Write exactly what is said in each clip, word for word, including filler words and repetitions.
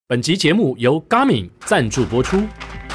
本集节目由 Garmin 赞助播出。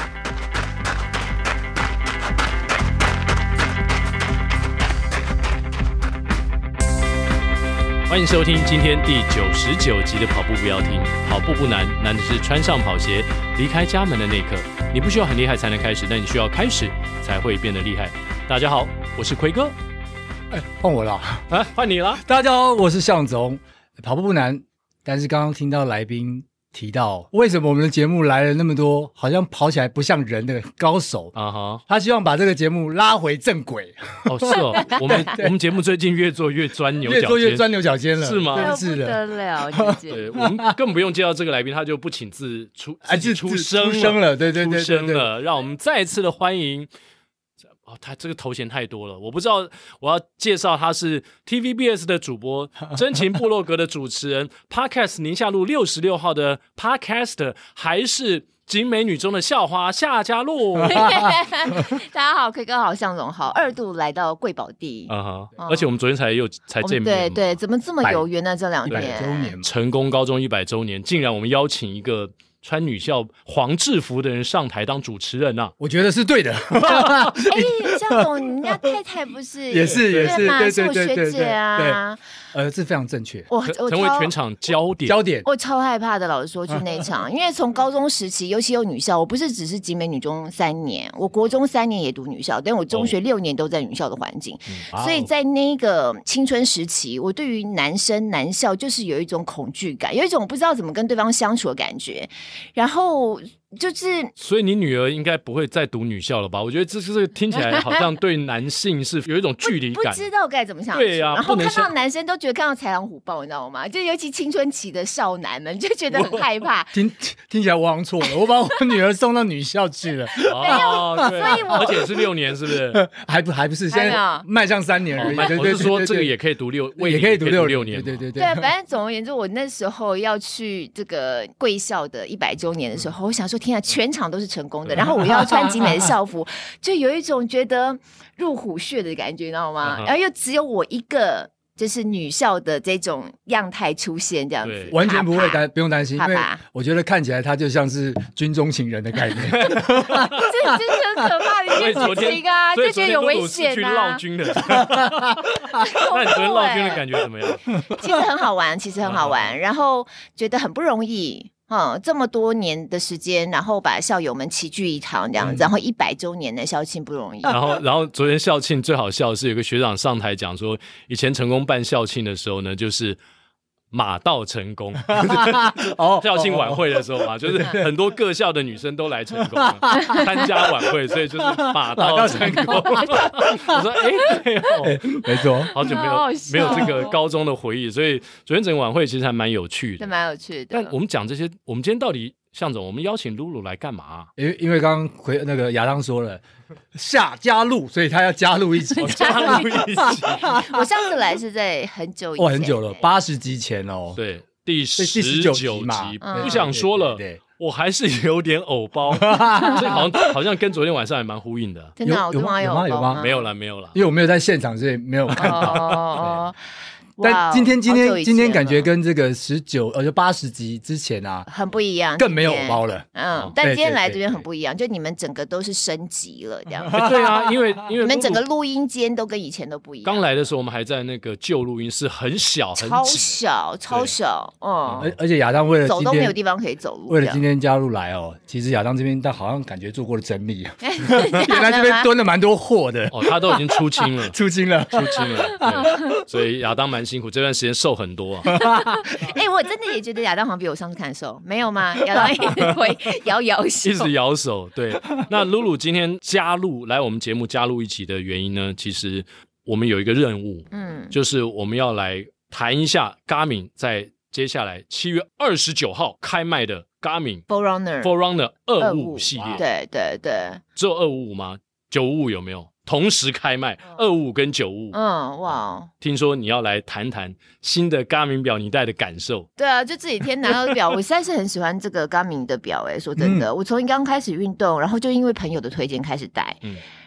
欢迎收听今天第九十九集的跑步不要停。跑步不难，难的是穿上跑鞋离开家门的那一刻。你不需要很厉害才能开始，但你需要开始才会变得厉害。大家好，我是奎哥。 哎，换我了啊，换你了。 大家好，我是向总。跑步不难，但是刚刚听到来宾提到，为什么我们的节目来了那么多好像跑起来不像人的高手啊哈？他希望把这个节目拉回正轨。 哦，是哦，我们我们节目最近越做越钻牛角尖， 越做越钻牛角尖了， 是吗？ 是的，不得了，姐姐。 对，我们更不用介绍这个来宾，他就不请自出自己出声了， 出声了，对对对， 出声了，让我们再一次的欢迎。哦，他这个头衔太多了，我不知道我要介绍他是 T V B S 的主播，真情部落格的主持人，Podcast 宁夏路六十六号的 Podcaster， 还是景美女中的校花夏嘉璐。 大家好，奎哥好，向总好，二度来到贵宝地， 啊哈、嗯！而且我们昨天才又才见面， 对对，怎么这么有缘呢？这两年周年， 成功高中一百周年，竟然我们邀请一个穿女校黄制服的人上台当主持人啊！ 我觉得是对的。 哎，向总，人家太太不是也是也是，对对对对对对啊。 呃，这非常正确。 我我成为全场焦点， 焦点。 我超害怕的，老实说去那场，因为从高中时期，尤其有女校，我不是只是景美女中三年，我国中三年也读女校，但我中学六年都在女校的环境，哦、所以在那个青春时期，我对于男生男校就是有一种恐惧感，有一种不知道怎么跟对方相处的感觉，然后。就是， 所以你女儿应该不会再读女校了吧？我觉得这是听起来好像对男性是有一种距离感， 不, 不知道该怎么想。 对呀、啊， 然后看到男生都觉得看到豺狼虎豹，你知道吗？就尤其青春期的少男们就觉得很害怕。 听听起来我好像错了，我把我女儿送到女校去了。 哦，对，所以我而且是六年，是不是？ 还不还不是，现在迈向三年而已。 哦、我是说这个也可以读六， 也可以读六六年。 对对对对，反正总而言之，我那时候要去这个贵校的一百周年的时候，我想说，天啊，全场都是成功的，然后我要穿景美的校服，就有一种觉得入虎穴的感觉，你知道吗？然后又只有我一个，就是女校的这种样态出现，这样子完全不会担，不用担心， 因为我觉得看起来他就像是军中情人的概念， 这真的很可怕的一件事情啊，就觉得有危险啊。 去闹军的，那你昨天闹军的感觉怎么样？ 其实很好玩，其实很好玩，然后觉得很不容易。嗯，这么多年的时间，然后把校友们齐聚一堂这样子，嗯、然后一百周年的校庆不容易。 然后，然后昨天校庆最好笑的是有个学长上台讲说，以前成功办校庆的时候呢，就是马到成功。哦，校庆晚会的时候嘛，就是很多各校的女生都来成功了参加晚会，所以就是马到成功。我说，哎、欸，对哦， 没错， 好久没有没有这个高中的回忆，所以昨天整个晚会其实还蛮有趣的， 蛮有趣的。 但我们讲这些，我们今天到底，向总，我们邀请露露来干嘛、啊？ 因为因为刚刚回那个亚当说了夏加入，所以他要加入一集， 加入一集。 我上次来是在很久以前， 哦，很久了，八十集前哦， 对，第十九集嘛，嗯、不想说了。对对对对，我还是有点偶包，所以好像好像跟昨天晚上还蛮呼应的。 真的、哦、 有有吗？有吗？有吗？ 没有了，没有了， 因为我没有在现场，所以没有看到。 哦但今天今天今天感觉跟这个十九呃就八十集之前啊很不一样， 更没有偶包了。 嗯，但今天来这边很不一样，就你们整个都是升级了这样。 对啊，因为因为你们整个录音间都跟以前都不一样。 刚来的时候我们还在那个旧录音室，很小很超小超小，嗯。 而而且亚当为了走都没有地方可以走路， 为了今天加入来哦，其实亚当这边但好像感觉做过了整理，原来这边蹲了蛮多货的哦，他都已经出清了， 出清了， 出清了。对，所以亚当蛮辛苦，这段时间。瘦很多、啊， 哎、欸，我真的也觉得亚当好像比我上次看瘦，没有吗？亚当一直会摇摇手， 一直摇手。对，那露露今天加入来我们节目加入一起的原因呢，其实我们有一个任务，嗯，就是我们要来谈一下 Garmin 在接下来七月二十九号开卖的 Garmin Forerunner Forerunner 二五五系列， 对对对， 只有二五五吗？九五五有没有？同时开卖，二五五跟九五五。 嗯，哇！ 听说你要来谈谈新的 Garmin 表你戴的感受。 对啊，就这几天拿到表，我实在是很喜欢这个 Garmin 的表、欸。哎，说真的，嗯、我从刚开始运动，然后就因为朋友的推荐开始戴。嗯。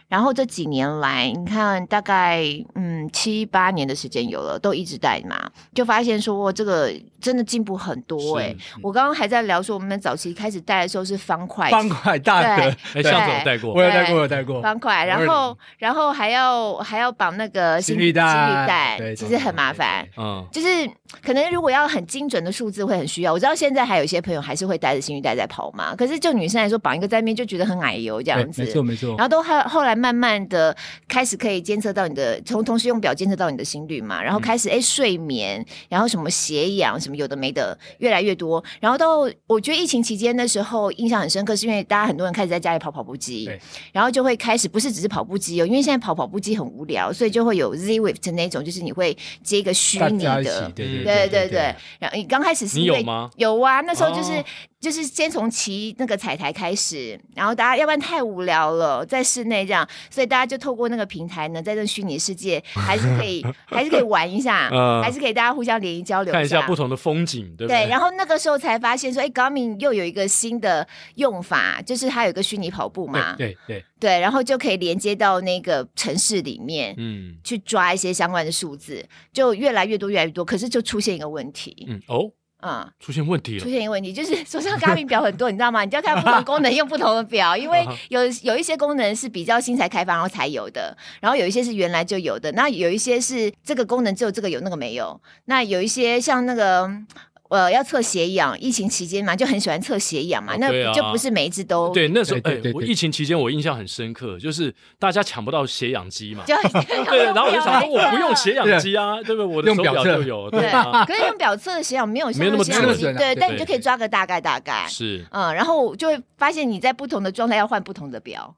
然后这几年来，你看大概嗯七八年的时间有了，都一直带嘛，就发现说这个真的进步很多哎、欸。我刚刚还在聊说，我们早期开始带的时候是方块， 方块大的， 哎，向总带过， 我有带过，我有带过方块，然后然后还要还要绑那个心率带， 心率带，其实很麻烦，嗯，就是可能如果要很精准的数字会很需要。我知道现在还有一些朋友还是会带着心率带在跑嘛，可是就女生来说，绑一个在那边就觉得很矮油这样子， 没错没错。 然后都后后来慢慢的开始可以监测到你的，从同时用表监测到你的心率嘛，然后开始哎、嗯、睡眠，然后什么血氧什么有的没的越来越多，然后到我觉得疫情期间的时候印象很深刻，是因为大家很多人开始在家里跑跑步机，然后就会开始不是只是跑步机哦，因为现在跑跑步机很无聊，所以就会有 Z-Wift 那种，就是你会接一个虚拟的， 对对对对对。然后你刚开始是因为你有吗？ 有啊，那时候就是。哦就是先从骑那个彩台开始，然后大家要不然太无聊了，在室内这样，所以大家就透过那个平台呢，在这虚拟世界还是可以还是可以玩一下、呃，还是可以大家互相联谊交流一下， 看一下不同的风景，对不对？ 对，然后那个时候才发现说，哎 ，Garmin 又有一个新的用法，就是它有一个虚拟跑步嘛， 对对 对, 对，然后就可以连接到那个城市里面，嗯，去抓一些相关的数字，就越来越多越来越多，可是就出现一个问题， 嗯哦。嗯，出现问题了。 出现一个问题，就是手上 Garmin 表很多，你知道吗？你就要看不同功能用不同的表，因为有有一些功能是比较新才开发然后才有的，然后有一些是原来就有的，那有一些是这个功能只有这个有那个没有，那有一些像那个。呃，要测血氧，疫情期间嘛，就很喜欢测血氧嘛，哦啊、那就不是每一只都对。那时候，哎、欸，我疫情期间我印象很深刻，就是大家抢不到血氧机嘛，对，然后我就想说，我不用血氧机啊，对不对？我的手表就有， 对啊。可是用表测的血氧没有没有那么准，对，但你就可以抓个大概大概。 是， 嗯，然后就会发现你在不同的状态要换不同的表，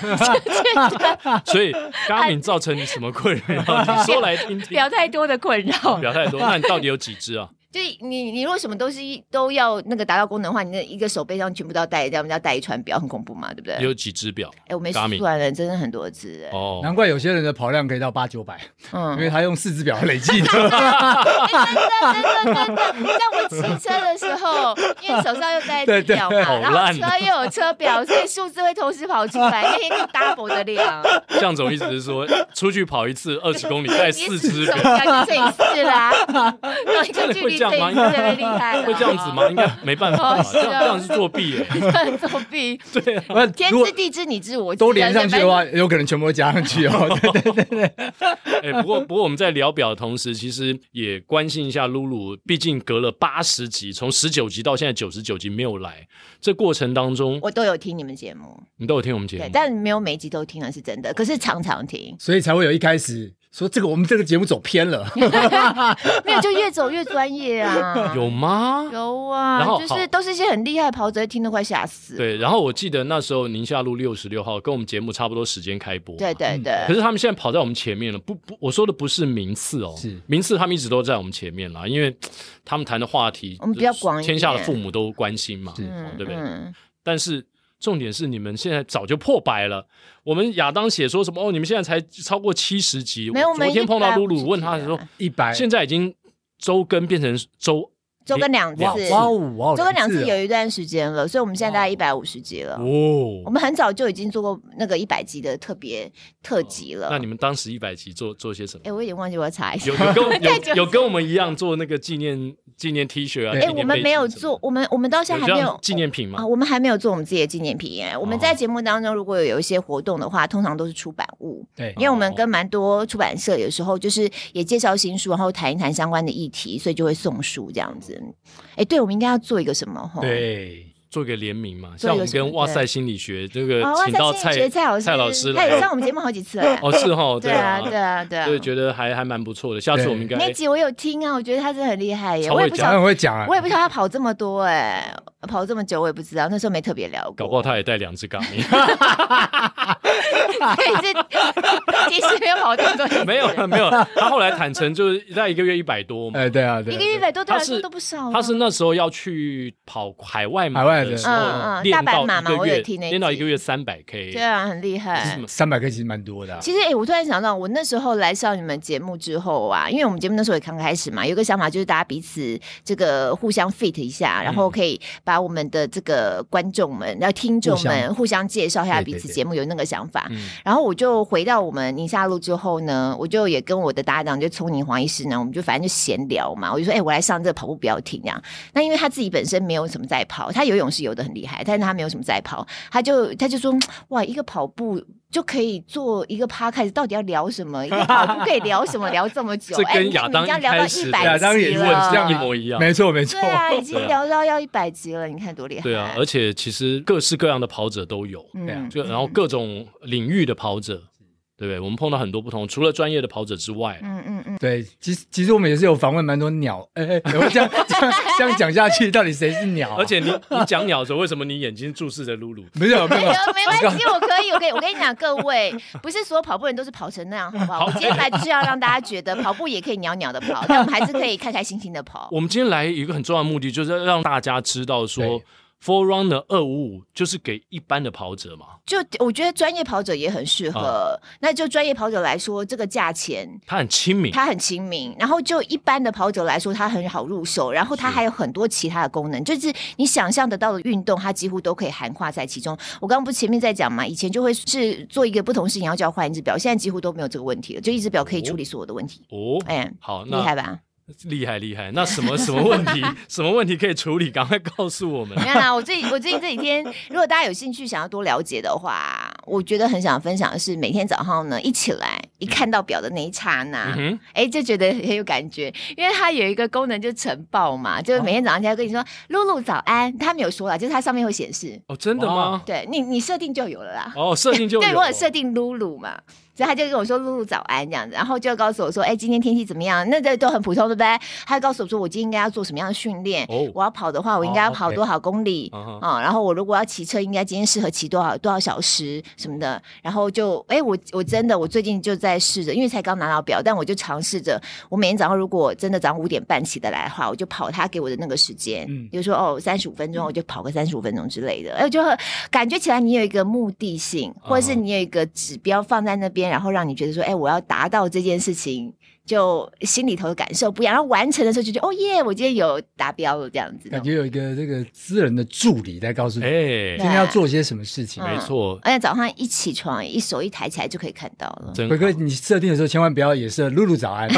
所以 Garmin 造成你什么困扰？你说来听听。 表太多的困扰， 表太多，那你到底有几只啊？ 就你你如果什么东西都要那个达到功能的话，你的一个手背上全部都要带，我们要带一串表，很恐怖嘛，对不对？ 有几只表？ 哎，我没数完了，真的很多只哎。 哦，难怪有些人的跑量可以到八九百，嗯，因为他用四只表累计的。 哎、真的真的真的，像我骑车的时候，因为手上又带表嘛，然后车又有车表，所以数字会同时跑出来，那天就 double 的量。 向总意思是说，出去跑一次二十公里带四只表， 你乘以四啦，然后一个距离。 这样吗？ 特别厉害， 会这样子吗？应该没办法吧，这样这样是作弊耶， 作弊。 对啊， 天知地知你知我知， 都连上去的话，有可能全部都加上去哦。对对对对。 哎，不过不过我们在聊表的同时，其实也关心一下露露，毕竟隔了八十集，从十九集到现在九十九集没有来，这过程当中， 我都有听你们节目， 你都有听我们节目， 对，但没有每一集都听了是真的，可是常常听， 所以才会有一开始。说这个我们这个节目走偏了， 没有，就越走越专业啊。 有吗？ 有啊，然后就是都是一些很厉害的跑者，听得快吓死。 对，然后我记得那时候宁夏路六十六号跟我们节目差不多时间开播， 对对对、嗯。 可是他们现在跑在我们前面了，不不，我说的不是名次哦，是名次他们一直都在我们前面啦，因为他们谈的话题我们比较广， 天下的父母都关心嘛，嗯、对不对？嗯、但是。重点是你们现在早就破百了。我们亚当写说什么哦？你们现在才超过七十集。 没有， 昨天碰到露露，问他说一百， 现在已经周更变成周周更两次， 哇哇， 周更两次有一段时间了，所以我们现在大概一百五十集了。哦，我们很早就已经做过那个一百集的特别特辑了。 那你们当时一百集做做些什么？ 哎，我有点忘记，我要查一下。 有有跟有有跟我们一样做那个纪念纪念 T 恤啊？ 哎，我们没有做，我们我们到现在还没有纪念品吗？ 啊，我们还没有做我们自己的纪念品。哎，我们在节目当中如果有一些活动的话，通常都是出版物。 对， 因为我们跟蛮多出版社有时候就是也介绍新书，然后谈一谈相关的议题，所以就会送书这样子。哎，对，我们应该要做一个什么？ 对。 做一个联名嘛，像我们跟哇塞心理学这个请到蔡蔡老师， 蔡老师他也上我们节目好几次了。 哦，是哈， 对啊，对啊，对啊， 对，觉得还还蛮不错的。下次我们应该那集我有听啊，我觉得他真的很厉害耶。 我也不讲，很会讲啊， 我也不知道他跑这么多哎，跑这么久我也不知道，那时候没特别聊过。 搞不好他也带两只Garmin。 其实没有跑这么多， 没有没有，他后来坦诚就是在一个月一百多嘛。 哎，对啊，对， 一个月一百多，对来说都不少。 他是那时候要去跑海外嘛， 海外的时候。 大阪马嘛，我有听那练到一个月三百 K， 对啊，很厉害。 三百 K 其实蛮多的、啊。 其实，哎、欸，我突然想到，我那时候来上你们节目之后啊，因为我们节目那时候也刚开始嘛，有个想法就是大家彼此这个互相 fit 一下，然后可以把把我们的这个观众们、然后听众们互相介绍一下彼此节目，有那个想法。对对对，然后我就回到我们宁夏路之后呢，我就也跟我的搭档就聪宁黄医师呢，我们就反正就闲聊嘛，我就说，哎、欸，我来上这个跑步不要停这样。那因为他自己本身没有什么在跑，他游泳是游得很厉害，但是他没有什么在跑，他就他就说，哇，一个跑步就可以做一个 podcast， 到底要聊什么？一个跑步可以聊什么？聊这么久？ 这跟亚当一开始亚当也问这样一模一样， 没错没错。 对啊，已经聊到要一百集了，你看多厉害。 对啊，而且其实各式各样的跑者都有，嗯、就然后各种领域的跑者。对不对？我们碰到很多不同，除了专业的跑者之外， 嗯嗯嗯， 对，其实其实我们也是有访问蛮多鸟，哎哎，我这样这样这样讲下去，到底谁是鸟、啊？ 而且你你讲鸟的时候，为什么你眼睛注视着露露？ 没有没有， 没关系，我可以，我可以，我跟你讲，各位，不是所有跑步人都是跑成那样，好不好？我今天来就是要让大家觉得跑步也可以袅袅的跑，但我们还是可以开开心心的跑。 我们今天来有一个很重要的目的，就是让大家知道说。Forerunner 二五五就是给一般的跑者嘛， 就我觉得专业跑者也很适合、嗯、那就专业跑者来说这个价钱它很亲民， 它很亲民，然后就一般的跑者来说它很好入手，然后它还有很多其他的功能，就是你想象得到的运动它几乎都可以涵盖在其中。我刚刚不是前面在讲嘛，以前就会是做一个不同事情要交换一只表，现在几乎都没有这个问题了，就一只表可以处理所有的问题。哦，哎、欸， 好， 厉害吧？ 厉害厉害，那什么什么问题什么问题可以处理？赶快告诉我们。 没有啦，我最我最近这几天，如果大家有兴趣想要多了解的话，我觉得很想分享的是，每天早上呢一起来，一看到表的那一刹那，哎、嗯欸，就觉得很有感觉，因为它有一个功能就是晨报嘛，就是每天早上就要跟你说“露露早安”，他没有说啦，就是它上面会显示。 哦，真的吗？ 对你你设定就有了啦。 哦，设定就有。 对，我有设定露露嘛。所以他就跟我说露露早安这样子，然后就告诉我说，哎、欸，今天天气怎么样？那这都很普通，对不对？他就告诉我说，我今天应该要做什么样的训练、哦？我要跑的话，我应该要跑多少公里、哦 okay. 啊？然后我如果要骑车，应该今天适合骑多少多少小时什么的。然后就，哎、欸，我我真的我最近就在试着，因为才刚拿到表，但我就尝试着，我每天早上如果真的早上五点半起得来的话，我就跑他给我的那个时间，嗯，比如说哦三十五分钟，我就跑个三十五分钟之类的。哎，就感觉起来你有一个目的性，或者是你有一个指标放在那边，然后让你觉得说。哎、欸，我要达到这件事情，就心里头的感受不一样。然后完成的时候就觉得，哦耶，我今天有达标了，这样子。 感觉有一个这个私人的助理在告诉你，哎、欸，今天要做些什么事情。 没错， 而且早上一起床，一手一抬起来就可以看到了。 鬼哥，你设定的时候千万不要也设露露早安。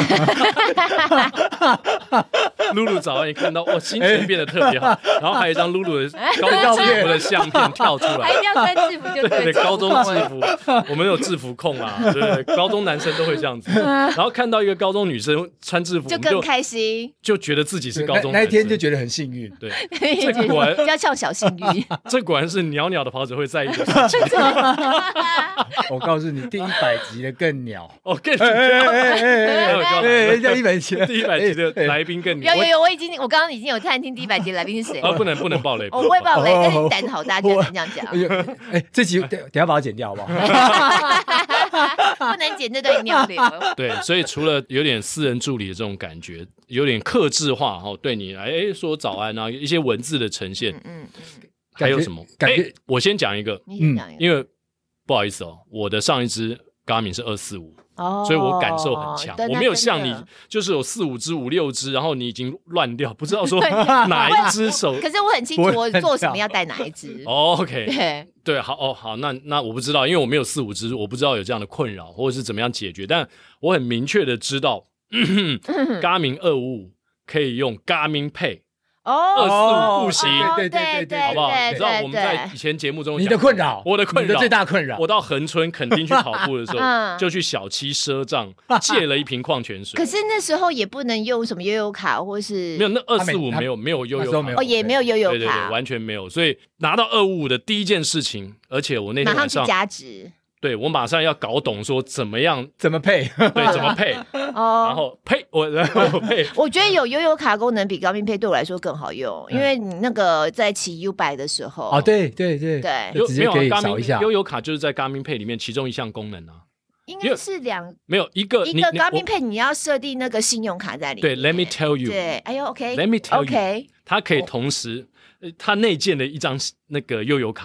露露早安，一看到哇，心情变得特别好。欸、然后还有一张露露的高中制服的相片跳出来， 还一定要穿制服就对。 对对，高中制服，我们有制服控啊，对对对，高中男生都会这样子。然后看到一个高中女生穿制服， 就更开心， 就觉得自己是高中男生。 那, 那一天就觉得很幸运。 对，这果然要叫小幸运。 这果然是袅袅的跑者会在意的事情。 我告诉你，第一百集的更鸟哦，更鸟。哎， 第一百集， 第一百集的来宾更鸟。 有有有，我已经，我刚刚已经有探听第一百集的来宾是谁。 哦，不能不能爆雷， 我不会爆雷，但是你胆子好大，居然这样讲。 哎，这集等等下把它剪掉好不好？ 不能剪这段尿流。 对，所以除了有点私人助理的这种感觉，有点客制化哈，对你来哎说早安啊，一些文字的呈现，嗯嗯，还有什么？ 感觉我先讲一个， 嗯， 因为不好意思哦，我的上一支 Garmin 是二四五。哦，所以我感受很强，我没有像你，就是有四五只、五六只，然后你已经乱掉，不知道说哪一只手。 可是我很清楚，我做什么要带哪一只。 哦 OK， 对对，好哦好，那那我不知道，因为我没有四五只，我不知道有这样的困扰，或者是怎么样解决。但我很明确的知道，Garmin 二五五可以用 Garmin Pay。哦，二四五步行， 对对对对， 好不好？你知道我们在以前节目中， 你的困扰， 我的困扰， 你的最大困扰。 我到恒春垦丁去跑步的时候，就去小七赊账借了一瓶矿泉水。 可是那时候也不能用什么悠游卡，或是没有那二四五没有没有悠游卡， 哦也没有悠游卡， 对对对，完全没有。所以拿到二五五的第一件事情，而且我那天晚上马上去加值。 对，我马上要搞懂说怎么样怎么配， 对，怎么配，哦，然后配我，然后配。 我觉得有悠游卡功能比Garmin Pay对我来说更好用，因为你那个在骑 U 百的时候， 哦，对对对对， 就直接可以扫一下。 悠游卡就是在Garmin Pay里面其中一项功能啊， 应该是两没有一个一个Garmin Pay你要设定那个信用卡在里面。 对 ，Let me tell you， 对，哎呦 ，OK，Let me tell you， OK， 它可以同时，它内建的一张那个悠游卡。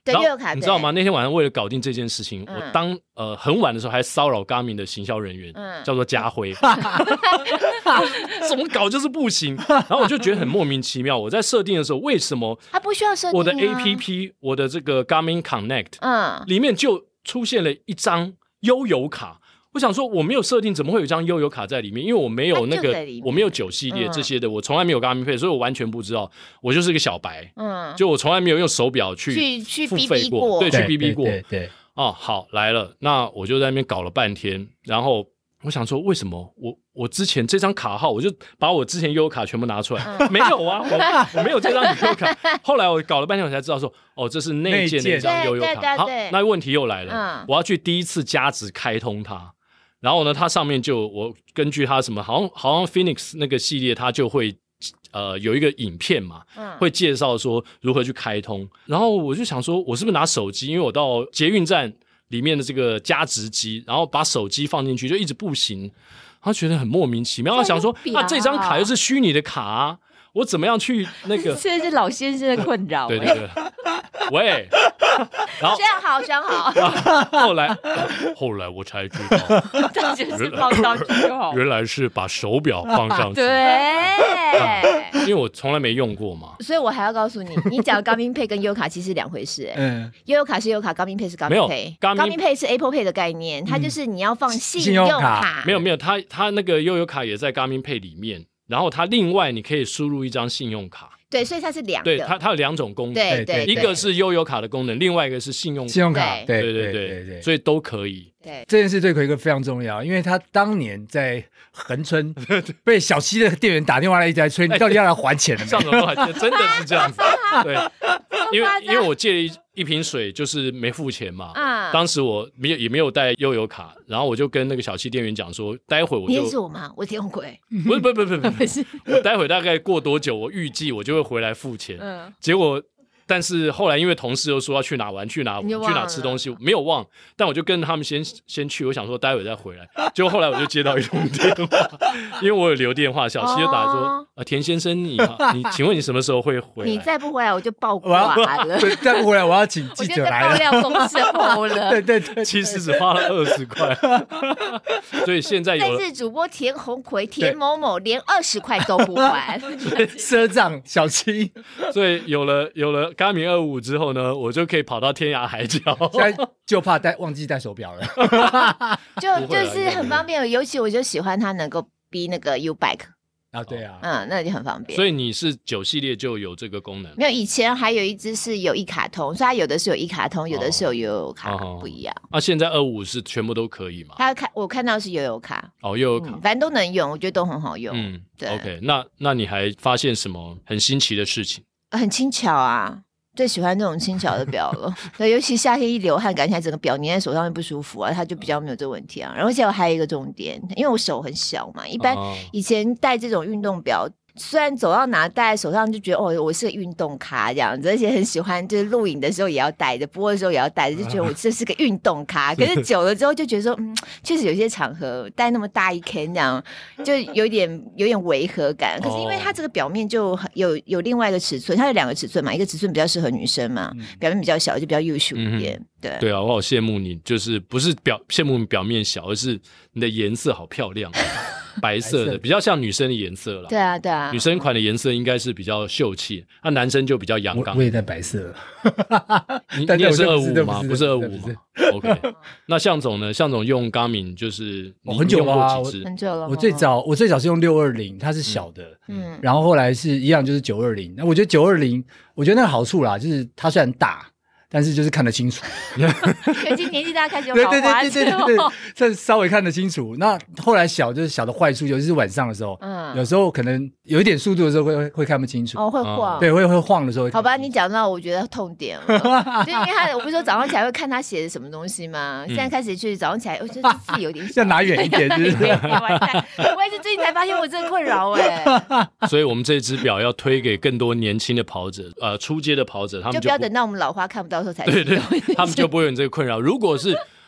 对，悠游卡， 你知道吗？那天晚上为了搞定这件事情，嗯、我当呃很晚的时候还骚扰 Garmin 的行销人员，嗯、叫做家辉，怎么搞就是不行。然后我就觉得很莫名其妙。我在设定的时候，为什么他不需要设定、啊、 我的 A P P， 我的这个 Garmin Connect， 嗯，里面就出现了一张悠游卡。我想说我没有设定，怎么会有一张悠游卡在里面？因为我没有那个，我没有九系列这些的，嗯、我从来没有 Garmin Pay， 所以我完全不知道。我就是个小白，嗯，就我从来没有用手表去去付费过， 对， 去 B B 过， 对 对, 对。 哦，好来了，那我就在那边搞了半天，然后我想说，为什么我我之前这张卡号，我就把我之前悠游卡全部拿出来，嗯、没有啊，我我没有这张悠游卡。后来我搞了半天，我才知道说，哦，这是内建的一张悠游卡。好，那问题又来了，嗯、我要去第一次加值开通它。然后呢，它上面就我根据它什么，好像好像 Phoenix 那个系列，它就会呃有一个影片嘛，嗯、会介绍说如何去开通。然后我就想说，我是不是拿手机？因为我到捷运站里面的这个加值机，然后把手机放进去，就一直不行。然后觉得很莫名其妙，我想说啊，这张卡又是虚拟的卡啊，我怎么样去那个？ 这是老先生的困扰。 对对对，喂。然后这样好，这样好。 后来，后来我才知道， 这就是放上去就好。 原来是把手表放上去。 对， 因为我从来没用过嘛， 所以我还要告诉你，你讲 Garmin Pay 跟悠游卡其实是两回事。嗯，悠游卡是悠游卡 ，Garmin Pay 是 Garmin Pay。Garmin Pay 是 Apple Pay 的概念，它就是你要放信用卡。 没有没有，它它那个悠游卡也在 Garmin Pay 里面，然后它另外你可以输入一张信用卡。 对，所以它是两个， 对，它它有两种功能， 对对， 一个是悠游卡的功能，另外一个是信用卡， 信用卡，对对对对对，所以都可以。 对， 这件事对奎哥非常重要，因为他当年在恒春被小七的店员打电话来一直在催，你到底要来还钱了没？ 上总都还真的是这样子，对，因为因为我借了一一瓶水，就是没付钱嘛，嗯，当时我没有也没有带悠游卡，然后我就跟那个小七店员讲说，待会我就你是我吗？我天鬼， 不是不是不是不是不是，我待会大概过多久，我预计我就会回来付钱，嗯，结果。但是后来因为同事又说要去哪玩去哪去哪吃东西，没有忘，但我就跟他们先先去，我想说待会再回来。结果后来我就接到一通电话，因为我有留电话，小七就打来说：“啊、哦，田先生，你你请问你什么时候会回来？ 你再不回来我就爆挂了。 对，再不回来我要请记者来了。 我就在爆料公司爆了。 对对对， 其实只花了二十块，所以现在有在日主播田鸿奎、田某某连二十块都不还， 赊账小七， 所以有了有了。Garmin 二五之后呢，我就可以跑到天涯海角。 现在就怕带忘记带手表了， 就就是很方便。尤其我就喜欢它能够逼那个 U-Bike 啊，对啊， 嗯，那就很方便。 所以你是九系列就有这个功能？ 没有，以前还有一只是有一卡通，所以它有的是有一卡通，有的是有悠游卡，哦、不一样。 那、啊、现在二五是全部都可以吗？ 它看我看到是悠游卡， 哦，悠游卡、嗯， 反正都能用，我觉得都很好用。嗯，对。 OK， 那那你还发现什么很新奇的事情？ 很轻巧啊。最喜欢这种轻巧的表了，对，尤其夏天一流汗，感觉起来整个表粘在手上会不舒服啊，它就比较没有这个问题啊。而且我还有一个重点，因为我手很小嘛，一般以前戴这种运动表。虽然走到哪戴在手上就觉得哦，我是个运动咖这样子，而且很喜欢，就是录影的时候也要戴着，播的时候也要戴着，就觉得我这是个运动咖。可是久了之后就觉得说，嗯，确实有些场合戴那么大一 K 这样，就有点有点违和感。可是因为它这个表面就有有另外一个尺寸，它有两个尺寸嘛，一个尺寸比较适合女生嘛，嗯、表面比较小就比较优秀一点。嗯、对对啊，我好羡慕你，就是不是表羡慕你表面小，而是你的颜色好漂亮。白色的比较像女生的颜色啦， 对啊对啊， 女生款的颜色应该是比较秀气，那、啊、男生就比较阳刚。 我也在白色， 你你也是二五吗？不是二五吗 ？OK， 那向总呢？向总用 Garmin 就是我很久了、啊， 很久了。 我最早我最早是用六二零，它是小的，嗯，然后后来是一样就是九二零。那我觉得九二零，我觉得那个好处啦，就是它虽然大。但是就是看得清楚， 尤其年纪大开始有老花之后， 这稍微看得清楚。那后来小就是小的坏处，尤其是晚上的时候，嗯，有时候可能有一点速度的时候会会看不清楚， 哦，会晃， 对，会会晃的时候。 好吧，你讲到我觉得痛点了，就因为他，我不是说早上起来会看他写的什么东西吗？现在开始去早上起来，我觉得字有点小， 要拿远一点，是不是？ 我也是最近才发现我这个困扰哎。 所以我们这支表要推给更多年轻的跑者，呃，初阶的跑者，他们就不要等到我们老花看不到。 对对，他们就不会有这个困扰。如果是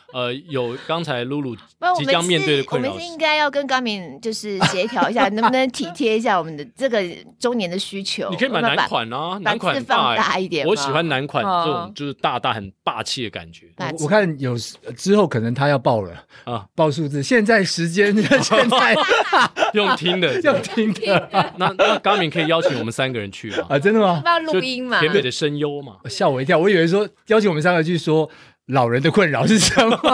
呃有刚才露露即将面对的困扰， 我们是应该要跟高敏就是协调一下，能不能体贴一下我们的这个中年的需求？ 你可以买男款啊，男款放大一点。 我喜欢男款这种就是大大很霸气的感觉。 我, 我看有之后可能他要报了啊，报数字，现在时间现在用听的， 用听的。 那那高敏可以邀请我们三个人去吗？ 啊，真的吗？ 要录音嘛？ 甜美的声优嘛？ 吓我一跳，我以为说邀请我们三个去说。老人的困扰是什么？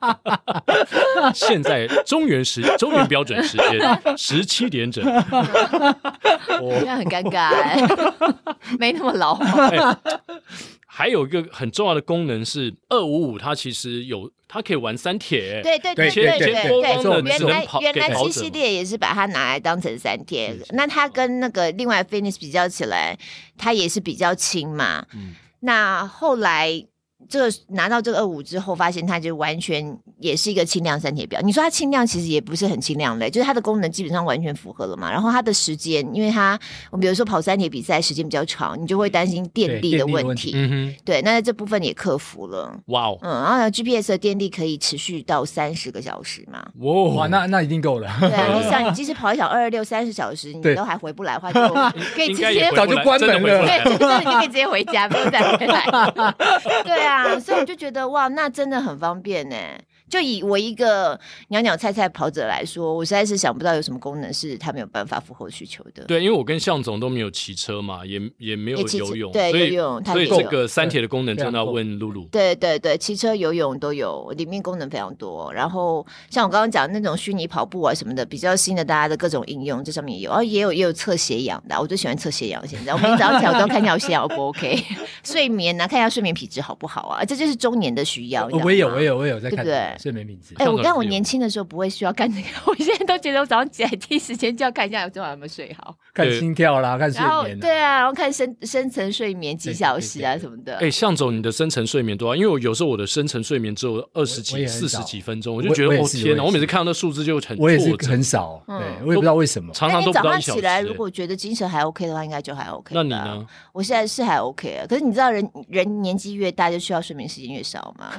现在中原时中原标准时间十七点整， 我现在很尴尬、欸，没那么老、欸。 还有一个很重要的功能是二五五，它其实有它可以玩三铁， 对对对对对对对。原来原来七系列也是把它拿来当成三铁，那它跟那个另外 Finish 比较起来，它也是比较轻嘛。嗯、那后来。这个拿到这个二五之后，发现它就完全也是一个轻量三铁表。你说它轻量，其实也不是很轻量的，就是它的功能基本上完全符合了嘛。然后它的时间，因为它我们比如说跑三铁比赛时间比较长，你就会担心电力的问题。对, 嗯、对，那这部分也克服了。哇哦，嗯，然后呢 G P S 的电力可以持续到三十个小时嘛？ 哇，那那一定够了。 对啊，你想，你即使跑一小二二六三十小时，你都还回不来的话，就可以直接早就关门了， 对，就真的就可以直接回家，不用再回来。对啊，所以我就觉得哇，那真的很方便呢。就以我一个鸟鸟菜菜跑者来说，我实在是想不到有什么功能是他没有办法符合需求的。 对，因为我跟向总都没有骑车嘛，也也没有游泳， 对， 所以游泳所以这个三铁的功能真的要问露露。 对对对，骑车、游泳都有，里面功能非常多。然后像我刚刚讲的那种虚拟跑步啊什么的，比较新的大家的各种应用，这上面也有，然后也有也有测血氧的，我最喜欢测血氧。现在我每天早上起来我都要看一下我血氧 O 不 OK， 睡眠啊，看一下睡眠品质好不好啊，这就是中年的需要。 我也有，我也有，我也有在看， 对不对？ 睡眠品质。 哎，我看我年轻的时候不会需要干这个，我现在都觉得我早上起来第一时间就要看一下我昨晚有没有睡好， 看心跳啦，看睡眠， 对啊，然后看深深层睡眠几小时啊什么的。 哎，向总，你的深层睡眠多少？因为我有时候我的深层睡眠只有二十几、四十几分钟，我就觉得哦天哪！我每次看到那数字就很挫折， 我也是很少，对，我也不知道为什么， 常常都不到一小时。 早上起来如果觉得精神还 OK 的话，应该就还 OK。 那你呢？ 我现在是还 OK 啊，可是你知道人人年纪越大，就需要睡眠时间越少吗？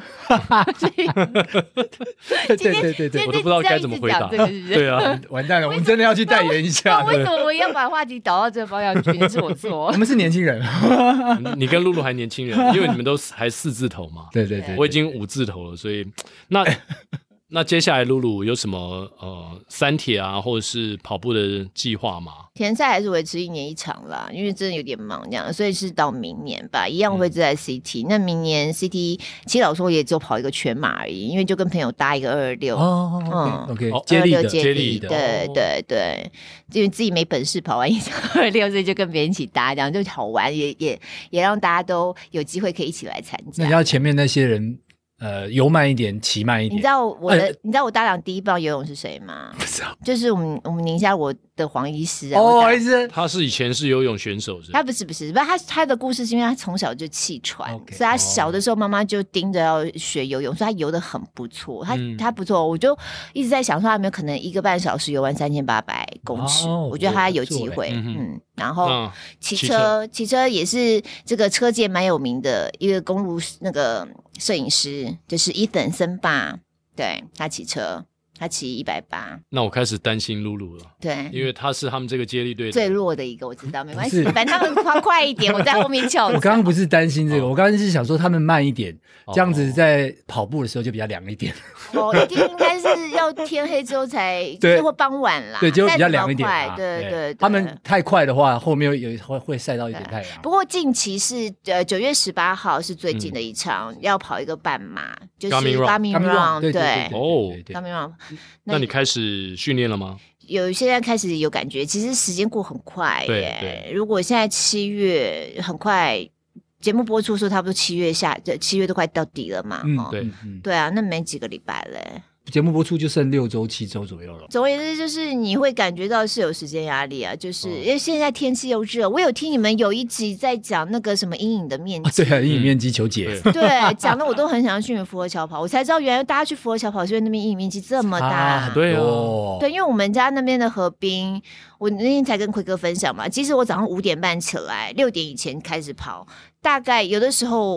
对对对对。 我都不知道该怎么回答。对啊， 完蛋了，我们真的要去代言一下。 为什么我要把话题导到这个方向去？是我错。 我们是年轻人， 你跟露露还年轻人，因为你们都还四字头嘛。 对对对， 我已经五字头了，所以那那接下来露露有什么呃三铁啊，或者是跑步的计划吗？ 田赛还是维持一年一场啦，因为真的有点忙这样，所以是到明年吧，一样会在 C T、嗯。那明年 C T 其实老实说也只有跑一个全马而已，因为就跟朋友搭一个二二六， 哦，嗯 ，OK， 接力的， 接力的，对对对，因为自己没本事跑完一场二二六，所以就跟别人一起搭，这样就好玩，也也也让大家都有机会可以一起来参加。 那你要前面那些人。呃，游慢一点，骑慢一点。 你知道我的，呃、你知道我搭档第一棒游泳是谁吗？ 不知道， 就是我们我们宁夏我的黄医师啊。 哦，黄医师， 他是以前是游泳选手，是？ 他不是不是，不是他他的故事是因为他从小就气喘， okay, 所以他小的时候妈妈就盯着要学游泳，所以他游得很不错。他、嗯、他不错，我就一直在想说他有没有可能一个半小时游完三千八百公尺、哦？我觉得他有机会，嗯。嗯然后骑车，骑车也是这个车界蛮有名的一个公路那个摄影师，就是 Ethan 森爸，对他骑车，他骑一百八。 那我开始担心露露了， 对， 因为他是他们这个接力队最弱的一个，我知道，没关系，反正他们快快一点，我在后面翘。 我刚刚不是担心这个，哦、我刚刚是想说他们慢一点，哦、这样子在跑步的时候就比较凉一点。 哦，一定应该是要天黑之后才，对，或傍晚啦， 对，就比较凉一点啦。 对 对, 对， 他们太快的话，后面有会会晒到一点太阳。 不过近期是呃九月十八号是最近的一场，嗯、要跑一个半马，就是 Garmin Run， 对， 哦 ，Garmin Run。 那你开始训练了吗？ 有，现在开始有感觉，其实时间过很快耶。对对，如果现在七月很快。节目播出的时候，差不多七月下，七月都快到底了嘛。 嗯，对， 嗯、对啊，那没几个礼拜嘞。 节目播出就剩六周、七周左右了。 总而言之，就是你会感觉到是有时间压力啊，就是、嗯、因为现在天气又热。我有听你们有一集在讲那个什么阴影的面积， 啊、对啊，阴影面积求解。 对，讲的我都很想要去福和桥跑，我才知道原来大家去福和桥跑是因为那边阴影面积这么大。 啊、对哦， 对，因为我们家那边的河滨，我那天才跟奎哥分享嘛，其实我早上五点半起来，六点以前开始跑。大概有的时候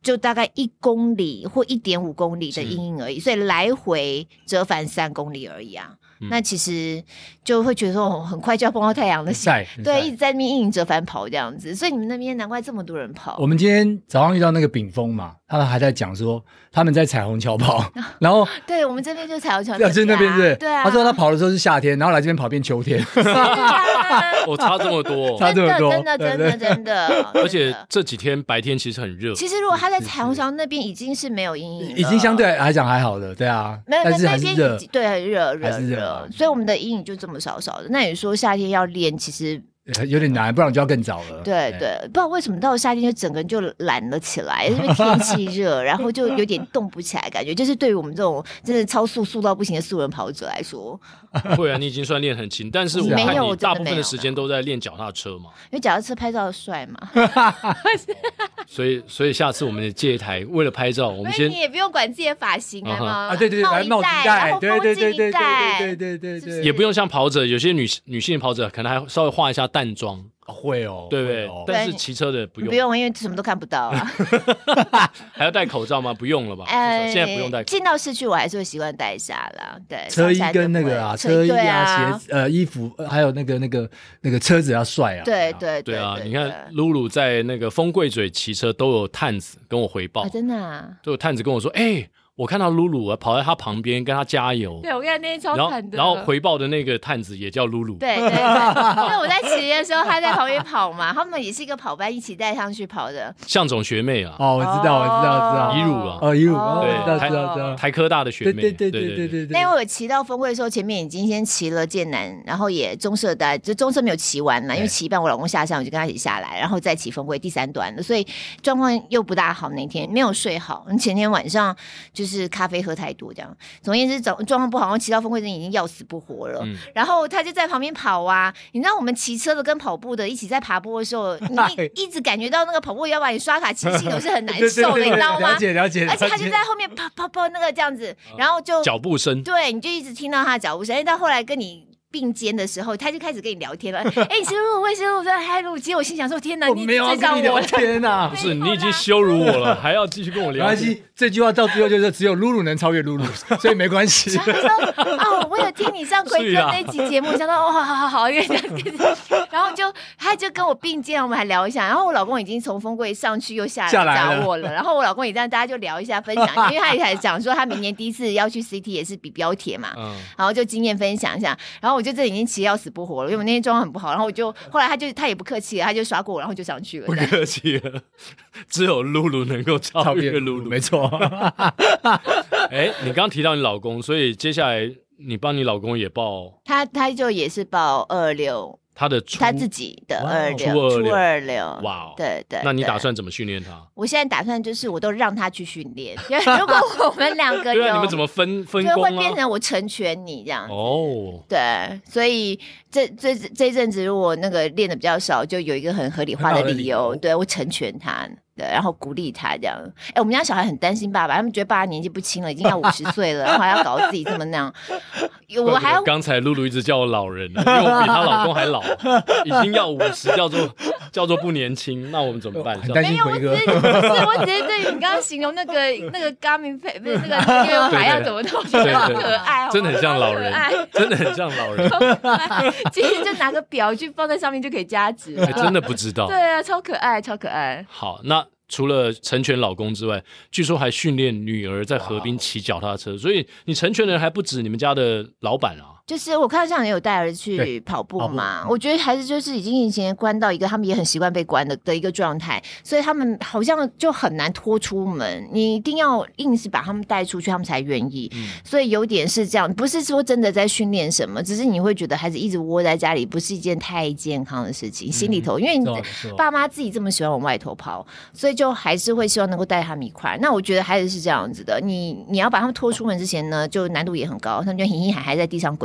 就大概一公里或一点五公里的阴影而已，所以来回折返三公里而已啊。嗯、那其实就会觉得说很快就要碰到太阳的晒，对，一直在那边阴影折返跑这样子，所以你们那边难怪这么多人跑。 我们今天早上遇到那个炳峰嘛，他们还在讲说他们在彩虹桥跑，然后对我们这边就彩虹桥， 就是那边是， 对啊。 他说他跑的时候是夏天，然后来这边跑变秋天， 我、哦、差这么多， 差这么多， 真的真的真的。 而且这几天白天其实很热。 其实如果他在彩虹桥那边已经是没有阴影了， 已经相对来讲还好了，对啊， 没有， 但是还是热， 对，很热热热，所以我们的阴影就这么少少的。那你说夏天要练，其实有点难，不然就要更早了。 对对，不知道为什么到了夏天就整个人就懒了起来，因为天气热，然后就有点动不起来，感觉就是对于我们这种真的超速速到不行的素人跑者来说， 会啊，你已经算练很勤，但是我看你大部分的时间都在练脚踏车嘛， 因为脚踏车拍照帅嘛。 所以所以下次我们借一台，为了拍照，我们先你也不用管自己的发型啊， 啊对对对， 帽一戴，然后风镜一戴， 对对对对， 也不用像跑者，有些女女性跑者可能还稍微化一下淡妆。 会哦， 对不对？但是骑车的不用， 不用，因为什么都看不到啊。 还要戴口罩吗？不用了吧？呃，现在不用戴。 进到市区，我还是会习惯戴下啦。对， 车衣跟那个啊，车衣啊，鞋子呃，衣服，还有那个那个那个车子要帅啊。 对对对啊！你看露露在那个丰贵嘴骑车都有探子跟我回报， 真的啊， 都有探子跟我说，哎。我看到露露跑在他旁边跟他加油， 对我看那天超惨的。 然后回报的那个探子也叫露露， 对对对，因为我在骑的时候他在旁边跑嘛，他们也是一个跑班一起带上去跑的。 向总学妹啊， 哦，我知道，我知道，知道， 怡儒啊， 哦，怡儒， 对， 知道，知道，知道， 台科大的学妹， 对对对对对对。 那因为我骑到峰会的时候，前面已经先骑了剑南，然后也中社的，就中社没有骑完了，因为骑一半我老公下山，我就跟他一起下来，然后再骑峰会第三段了，所以状况又不大好。那天没有睡好，前天晚上就是咖啡喝太。太多这样，总而言之，状状况不好，然后骑到峰会真已经要死不活了。嗯、然后他就在旁边跑啊，你知道我们骑车的跟跑步的一起在爬坡的时候，你一直感觉到那个跑步要把你刷卡骑系统是很难受的，你知道吗？ 了解了解。 而且他就在后面跑跑跑那个这样子，然后就脚步声， 对，你就一直听到他的脚步声，因为到后来跟你。并肩的时候，他就开始跟你聊天了。哎、欸，你是露露，我也是露露，在嗨露。其实我心想说：天哪， 你没有要跟你聊天呐！ 不是，你已经羞辱我了，还要继续跟我聊天？ 没关系，这句话到最后就是只有露露能超越露露，所以没关系。 他说：哦，我有听你上奎哥那集节目，想到哦，好好好，因为这样，然后就他就跟我并肩，我们还聊一下。然后我老公已经从峰柜上去又下来找我了，然后我老公也这样，大家就聊一下分享，因为他也还讲说他明年第一次要去 C T 也是比标铁嘛，嗯、然后就经验分享一下。然后我就这已经骑要死不活了，因为我那天状况很不好，然后我就后来他就他也不客气了，他就刷过我，然后就上去了。 不客气了，只有露露能够超越露露， 没错。 哎，你刚刚提到你老公，所以接下来你帮你老公也报他，他就也是报二六。 他的他自己的二六初二六，哇，对对。 那你打算怎么训练他？ 我现在打算就是我都让他去训练，因为如果我们两个有， 对啊，你们怎么分分工啊？ 就会变成我成全你这样哦。 对，所以这这这一阵子如果那个练的比较少，就有一个很合理化的理由，对我成全他。对，然后鼓励他这样。哎，我们家小孩很担心爸爸，他们觉得爸爸年纪不轻了，已经要五十岁了，然后还要搞得自己这么那样。我还要刚才露露一直叫我老人，因为我比她老公还老，已经要五十，叫做叫做不年轻。那我们怎么办？ 很担心奎哥。 没有，我只是我只是对于你刚刚形容那个那个 Garmin 配不是那个因为还要怎么弄，觉得好可爱， 真的很像老人，真的很像老人。 其实就拿个表去放在上面就可以加值了。 真的不知道。 对啊，超可爱，超可爱。 好，那。除了成全老公之外，据说还训练女儿在河滨骑脚踏车，所以你成全的人还不止你们家的老板啊。 就是我看像也有带儿子去跑步嘛，我觉得孩子就是已经以前关到一个他们也很习惯被关的的一个状态，所以他们好像就很难拖出门，你一定要硬是把他们带出去，他们才愿意。嗯、所以有点是这样，不是说真的在训练什么，只是你会觉得孩子一直窝在家里不是一件太健康的事情，嗯、心里头，因为你爸妈自己这么喜欢往外头跑，所以就还是会希望能够带他们一块。那我觉得孩子是这样子的，你你要把他们拖出门之前呢，就难度也很高，他们就嘻嘻海海在地上滚。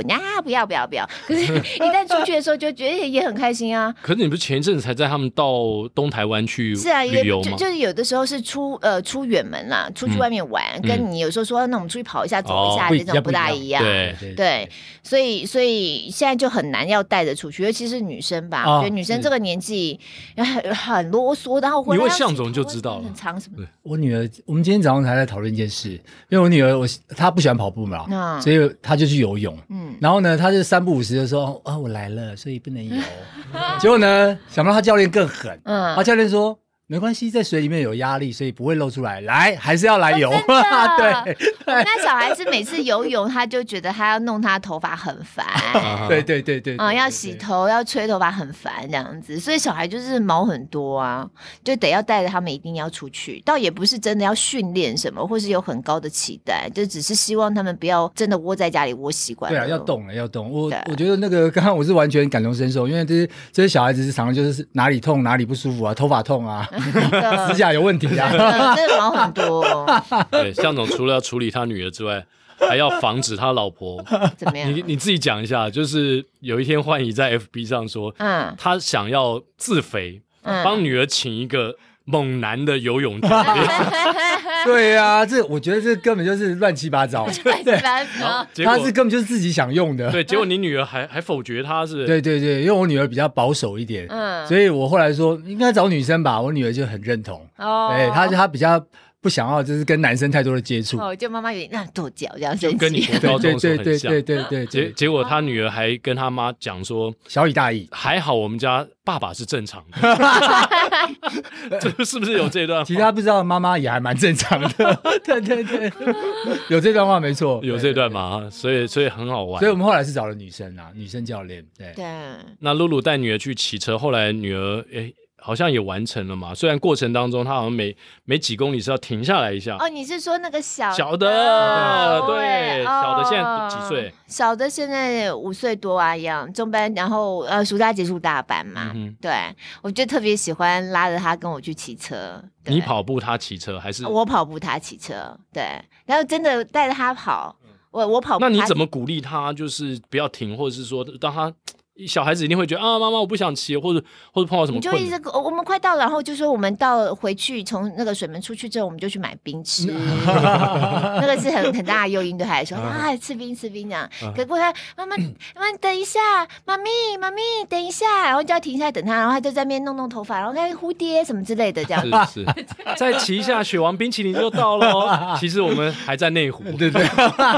啊，不要不要不要。可是，一旦出去的时候，就觉得也很开心啊。 可是你不是前一阵子才带他们到东台湾去是啊， 旅游吗？ 就就是有的时候是出呃出远门啦，出去外面玩，嗯、跟你有时候说那我们出去跑一下、走一下、哦、这种不大一样。 对对, 对，所以所以现在就很难要带着出去，尤其是女生吧。哦、我觉得女生这个年纪很很啰嗦，然后回来你问向总就知道了。 很长什么？ 我女儿，我们今天早上才在讨论一件事，因为我女儿我她不喜欢跑步嘛，嗯、所以她就去游泳。嗯，然后呢，她就三不五时的说：“啊，我来了，所以不能游。”结果呢，想到她教练更狠，嗯，她教练说。没关系，在水里面有压力，所以不会露出来。来，还是要来游。 哦、 对， 那小孩子每次游泳，他就觉得他要弄他头发很烦。 对对对对， 啊、嗯，要洗头，要吹头发很烦这样子，所以小孩就是毛很多啊，就得要带着他们一定要出去。倒也不是真的要训练什么，或是有很高的期待，就只是希望他们不要真的窝在家里窝习惯了。 对啊，要动了，要动。我我觉得那个刚刚我是完全感同身受，因为这些这些小孩子是常常就是哪里痛哪里不舒服啊，头发痛啊。指甲有问题啊， 真的毛很多。 对，向总除了要处理他女儿之外，还要防止他老婆怎么样？ 你你自己讲一下，就是有一天焕仪在 F B 上说，嗯，他想要自肥，嗯、帮女儿请一个猛男的游泳教练。 对啊，这我觉得这根本就是乱七八糟。 乱七八糟， 他是根本就是自己想用的。 对，结果你女儿还还否决他是？ 对对对，因为我女儿比较保守一点，嗯，所以我后来说应该找女生吧，我女儿就很认同。哦，对，她她比较不想要就是跟男生太多的接触。 哦，就妈妈有点那跺脚这样生气。 跟你国高中的时候很像。 对对对对对。 结结果他女儿还跟他妈讲说， 小以大义， 还好我们家爸爸是正常的。这是不是有这段话？ 其实他不知道妈妈也还蛮正常的。对对对，有这段话没错， 有这段嘛，所以所以很好玩。 所以我们后来是找了女生啊，女生教练。对对。 那露露带女儿去骑车，后来女儿诶。好像也完成了嘛，虽然过程当中他好像每每几公里是要停下来一下。 哦，你是说那个小的小的、哦、对、哦、小的现在几岁？ 小的现在五岁多啊一样，中班，然后呃暑假结束大班嘛、嗯、对，我就特别喜欢拉着他跟我去骑车。 你跑步他骑车还是？ 我跑步他骑车，对，然后真的带着他跑，我我跑步。 那你怎么鼓励他就是不要停，或者是说让他小孩子一定会觉得啊，妈妈我不想骑，或者或者碰到什么困难， 你就一直我们快到了，然后就说我们到回去从那个水门出去之后，我们就去买冰吃，那个是很很大的诱因，对他来说啊，吃冰吃冰这样。可过他妈妈妈妈等一下，妈咪妈咪等一下，然后就要停下来等他，然后他就在那边弄弄头发，然后看蝴蝶什么之类的这样。 是是，再骑一下雪王冰淇淋就到了。其实我们还在内湖， 对对。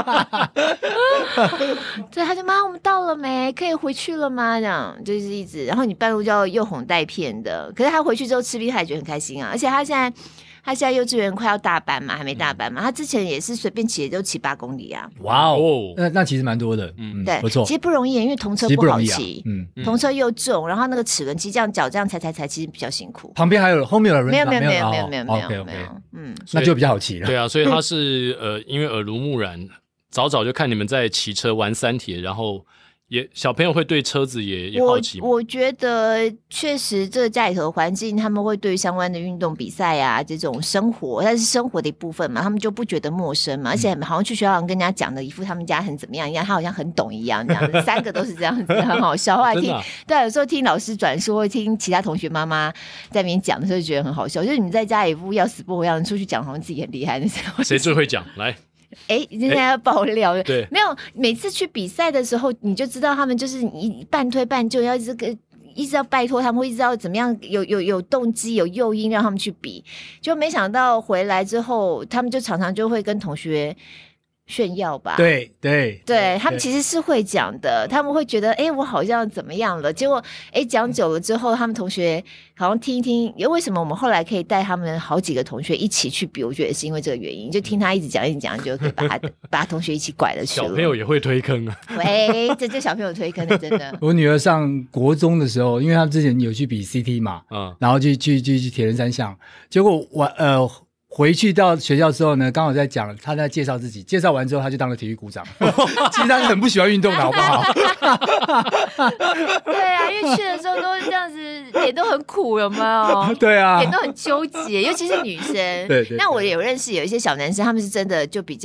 对，他就妈我们到了没？可以回去了吗？这样就是一直，然后你半路就要又哄带骗的。可是他回去之后吃冰，他也觉得很开心啊。而且他现在他现在幼稚园快要大班嘛，还没大班嘛。他之前也是随便骑也就骑八公里啊。 哇哦，那那其实蛮多的， 嗯，对， 不错。 其实不容易，因为童车不好骑， 嗯， 童车又重，然后那个齿轮其实这样脚这样踩踩踩，其实比较辛苦。 旁边还有后面有人， 没有没有没有没有没有没有没有， 嗯，那就比较好骑了。 对啊，所以他是呃，因为耳濡目染，早早就看你们在骑车玩三铁，然后。也小朋友会对车子也也好奇吗？ 我我觉得确实这个家里头环境，他们会对相关的运动比赛啊这种生活，但是生活的一部分嘛，他们就不觉得陌生嘛，而且好像去学校跟人家讲的一副他们家很怎么样一样，他好像很懂一样，这样子三个都是这样子，很好笑。后来听、啊、对，有时候听老师转述，或听其他同学妈妈在那边讲的时候，就觉得很好笑。就是你们在家里一副要死不活样，出去讲好像自己很厉害那种。 谁最会讲？来。 哎，现在要爆料， 对， 没有每次去比赛的时候，你就知道他们就是你半推半就，要这个一直要拜托他们，会一直要怎么样，有有有动机、有诱因让他们去比，就没想到回来之后，他们就常常就会跟同学炫耀吧。 对对对, 对，他们其实是会讲的，他们会觉得哎，我好像怎么样了，结果哎讲久了之后，他们同学好像听一听，为什么我们后来可以带他们好几个同学一起去比，我觉得是因为这个原因，就听他一直讲一直讲，就可以把他把同学一起拐了去了。 小朋友也会推坑啊。 喂，这就小朋友推坑的，真的。 我女儿上国中的时候，因为她之前有去比 C T 嘛，嗯，然后去去去去铁人三项，结果我呃回去到学校之后呢，刚好在讲，她在介绍自己，介绍完之后，她就当了体育股长。其实她很不喜欢运动的，好不好？ 对啊，因为去的时候都是这样子，脸都很苦，有没有？ 对啊， 脸都很纠结，尤其是女生。 对 对, 对。 那我有认识有一些小男生，他们是真的就比较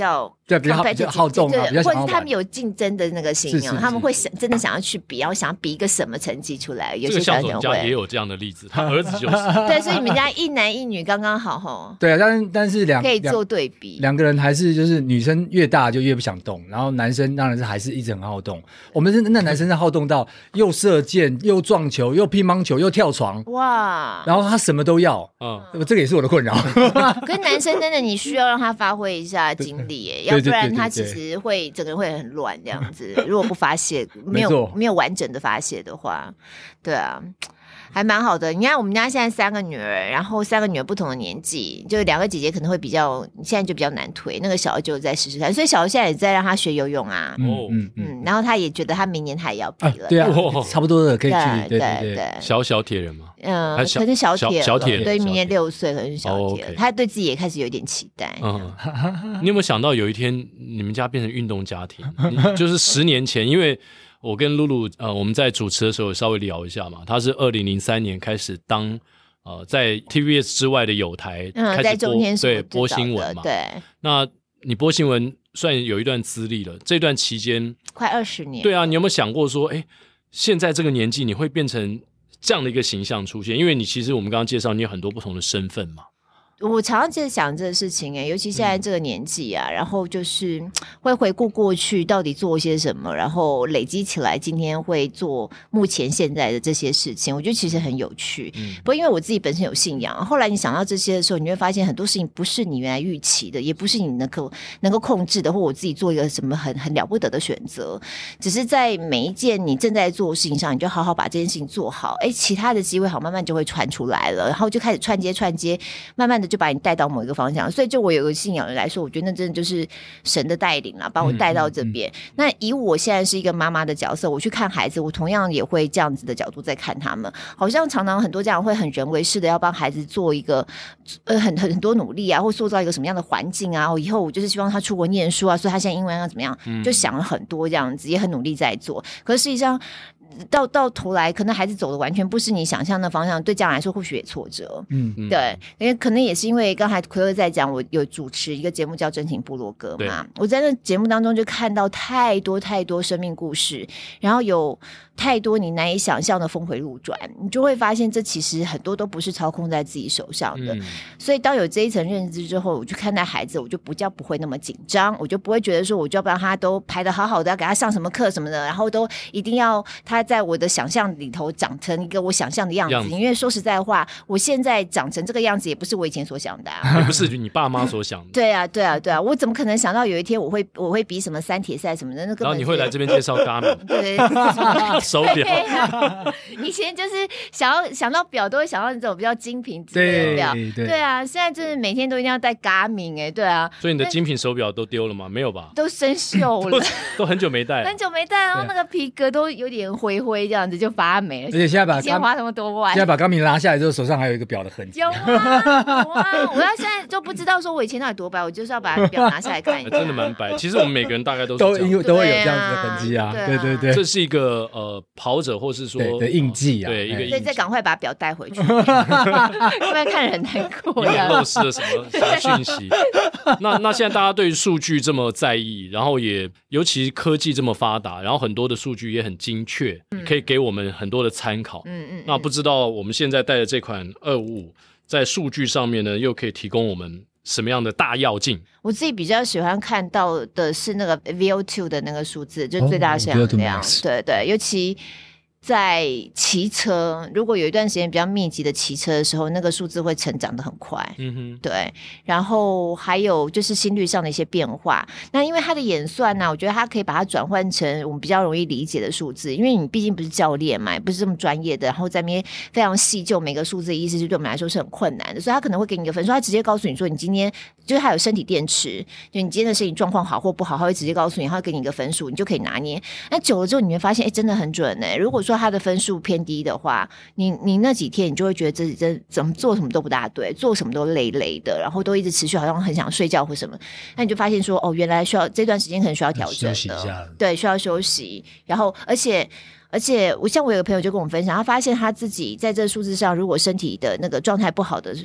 对，比较比较好动啊，比较或者是他们有竞争的那个心哦， 是是是他们会想真的想要去比，要想比一个什么成绩出来。有些小朋友家也有这样的例子，他儿子就是对，所以你们家一男一女刚刚好吼。 对啊，但是但是两可以做对比， 两个人还是就是女生越大就越不想动，然后男生当然是还是一直很好动。我们是那男生是好动到又射箭又撞球又乒乓球又跳床哇，然后他什么都要，嗯，这个也是我的困扰。 可是男生真的你需要让他发挥一下精力耶，要不然他其实会整个人会很乱这样子。如果不发泄，没有没有完整的发泄的话，对啊。还蛮好的，你看我们家现在三个女儿，然后三个女儿不同的年纪，就两个姐姐可能会比较，现在就比较难推，那个小的就在试试看，所以小的现在也在让她学游泳啊，嗯嗯嗯，然后她也觉得她明年她也要比了， 啊对啊，差不多的可以去， 对对对， 小小铁人嘛， 嗯，可能小铁小铁人， 对，明年六岁可能是小铁，她对自己也开始有点期待。嗯， 你有没有想到有一天你们家变成运动家庭？就是十年前，因为。我跟露露呃，我们在主持的时候稍微聊一下嘛。他是二零零三年开始当呃，在 T V B S 之外的友台嗯， 开始播对播新闻嘛。 对， 那你播新闻算有一段资历了，这段期间快二十年。 对啊，你有没有想过说，哎，现在这个年纪你会变成这样的一个形象出现？因为你其实我们刚刚介绍，你有很多不同的身份嘛。 我常常在想这个事情哎、欸，尤其现在这个年纪啊、嗯，然后就是会回顾过去到底做些什么，然后累积起来，今天会做目前现在的这些事情，我觉得其实很有趣。嗯，不过因为我自己本身有信仰，后来你想到这些的时候，你会发现很多事情不是你原来预期的，也不是你能够能够控制的，或我自己做一个什么很很了不得的选择，只是在每一件你正在做的事情上，你就好好把这件事情做好，哎，其他的机会好慢慢就会传出来了，然后就开始串接串接，慢慢的。就把你带到某一个方向，所以就我有个信仰人来说，我觉得那真的就是神的带领啦，把我带到这边、嗯嗯嗯。那以我现在是一个妈妈的角色，我去看孩子，我同样也会这样子的角度在看他们。好像常常很多家长会很人为式的要帮孩子做一个呃很很多努力啊，或塑造一个什么样的环境啊。以后我就是希望他出国念书啊，所以他现在英文要怎么样，就想了很多这样子，也很努力在做。可是实际上。到到头来，可能孩子走的完全不是你想象的方向，对家长来说或许也挫折。嗯，对，因为可能也是因为刚才奎乐在讲，我有主持一个节目叫《真情部落格》嘛，我在那节目当中就看到太多太多生命故事，然后有太多你难以想象的峰回路转，你就会发现这其实很多都不是操控在自己手上的。嗯、所以当有这一层认知之后，我去看待孩子，我就不叫不会那么紧张，我就不会觉得说我就要让他都排得好好的，要给他上什么课什么的，然后都一定要他在我的想象里头长成一个我想象的样子。样子因为说实在话，我现在长成这个样子也不是我以前所想的、啊， 也不是你爸妈所想的。 对啊，对啊，对啊，我怎么可能想到有一天我会我会比什么三铁赛什么的？那个然后你会来这边介绍 Garmin 对。 手表、 啊，以前就是想要想到表都会想到那种比较精品之类的表，对 对, 对啊，现在就是每天都一定要戴 Garmin 哎、欸，对啊， 所以你的精品手表都丢了吗？没有吧？ 都生锈了， 都, 都很久没戴， 很久没戴，然后那个皮革都有点灰灰这样子就发霉了。 而且现在把以前花那么多万， 现在把 Garmin 拉下来之后，手上还有一个表的痕迹。 有啊，有啊，我要现在就不知道说我以前到底多白，我就是要把表拿下来看一下。 真的蛮白，其实我们每个人大概都是都因为都会有这样子的痕迹啊，对对对， 这是一个呃跑者或是说的印记啊， 对一个印记， 所以再赶快把表带回去，不然看人很难过。 你漏失了什么什么讯息？那那现在大家对数据这么在意，然后也尤其科技这么发达，然后很多的数据也很精确，嗯、可以给我们很多的参考。嗯嗯。那不知道我们现在带的这款二五五，在数据上面呢，又可以提供我们什么样的大要进？ 我自己比较喜欢看到的是那个 V O 二 的那个数字，就是最大的响量。Oh, 对对，尤其。在骑车，如果有一段时间比较密集的骑车的时候，那个数字会成长得很快。嗯哼，对。然后还有就是心率上的一些变化。那因为它的演算呢、啊，我觉得它可以把它转换成我们比较容易理解的数字，因为你毕竟不是教练嘛，也不是这么专业的，然后在那边非常细究每个数字的意思，就对我们来说是很困难的。所以他可能会给你一个分数，他直接告诉你说，你今天就是还有身体电池，就你今天的身体状况好或不好，他会直接告诉你，他会给你一个分数，你就可以拿捏。那久了之后，你会发现，哎，真的很准哎、欸。如果说他的分数偏低的话，你你那几天你就会觉得这这怎么做什么都不大对，做什么都累累的，然后都一直持续好像很想睡觉或什么，那你就发现说哦，原来需要这段时间可能需要调整的， 休息一下， 对，需要休息，然后而且。而且我像我有个朋友就跟我们分享，他发现他自己在这个数字上，如果身体的那个状态不好的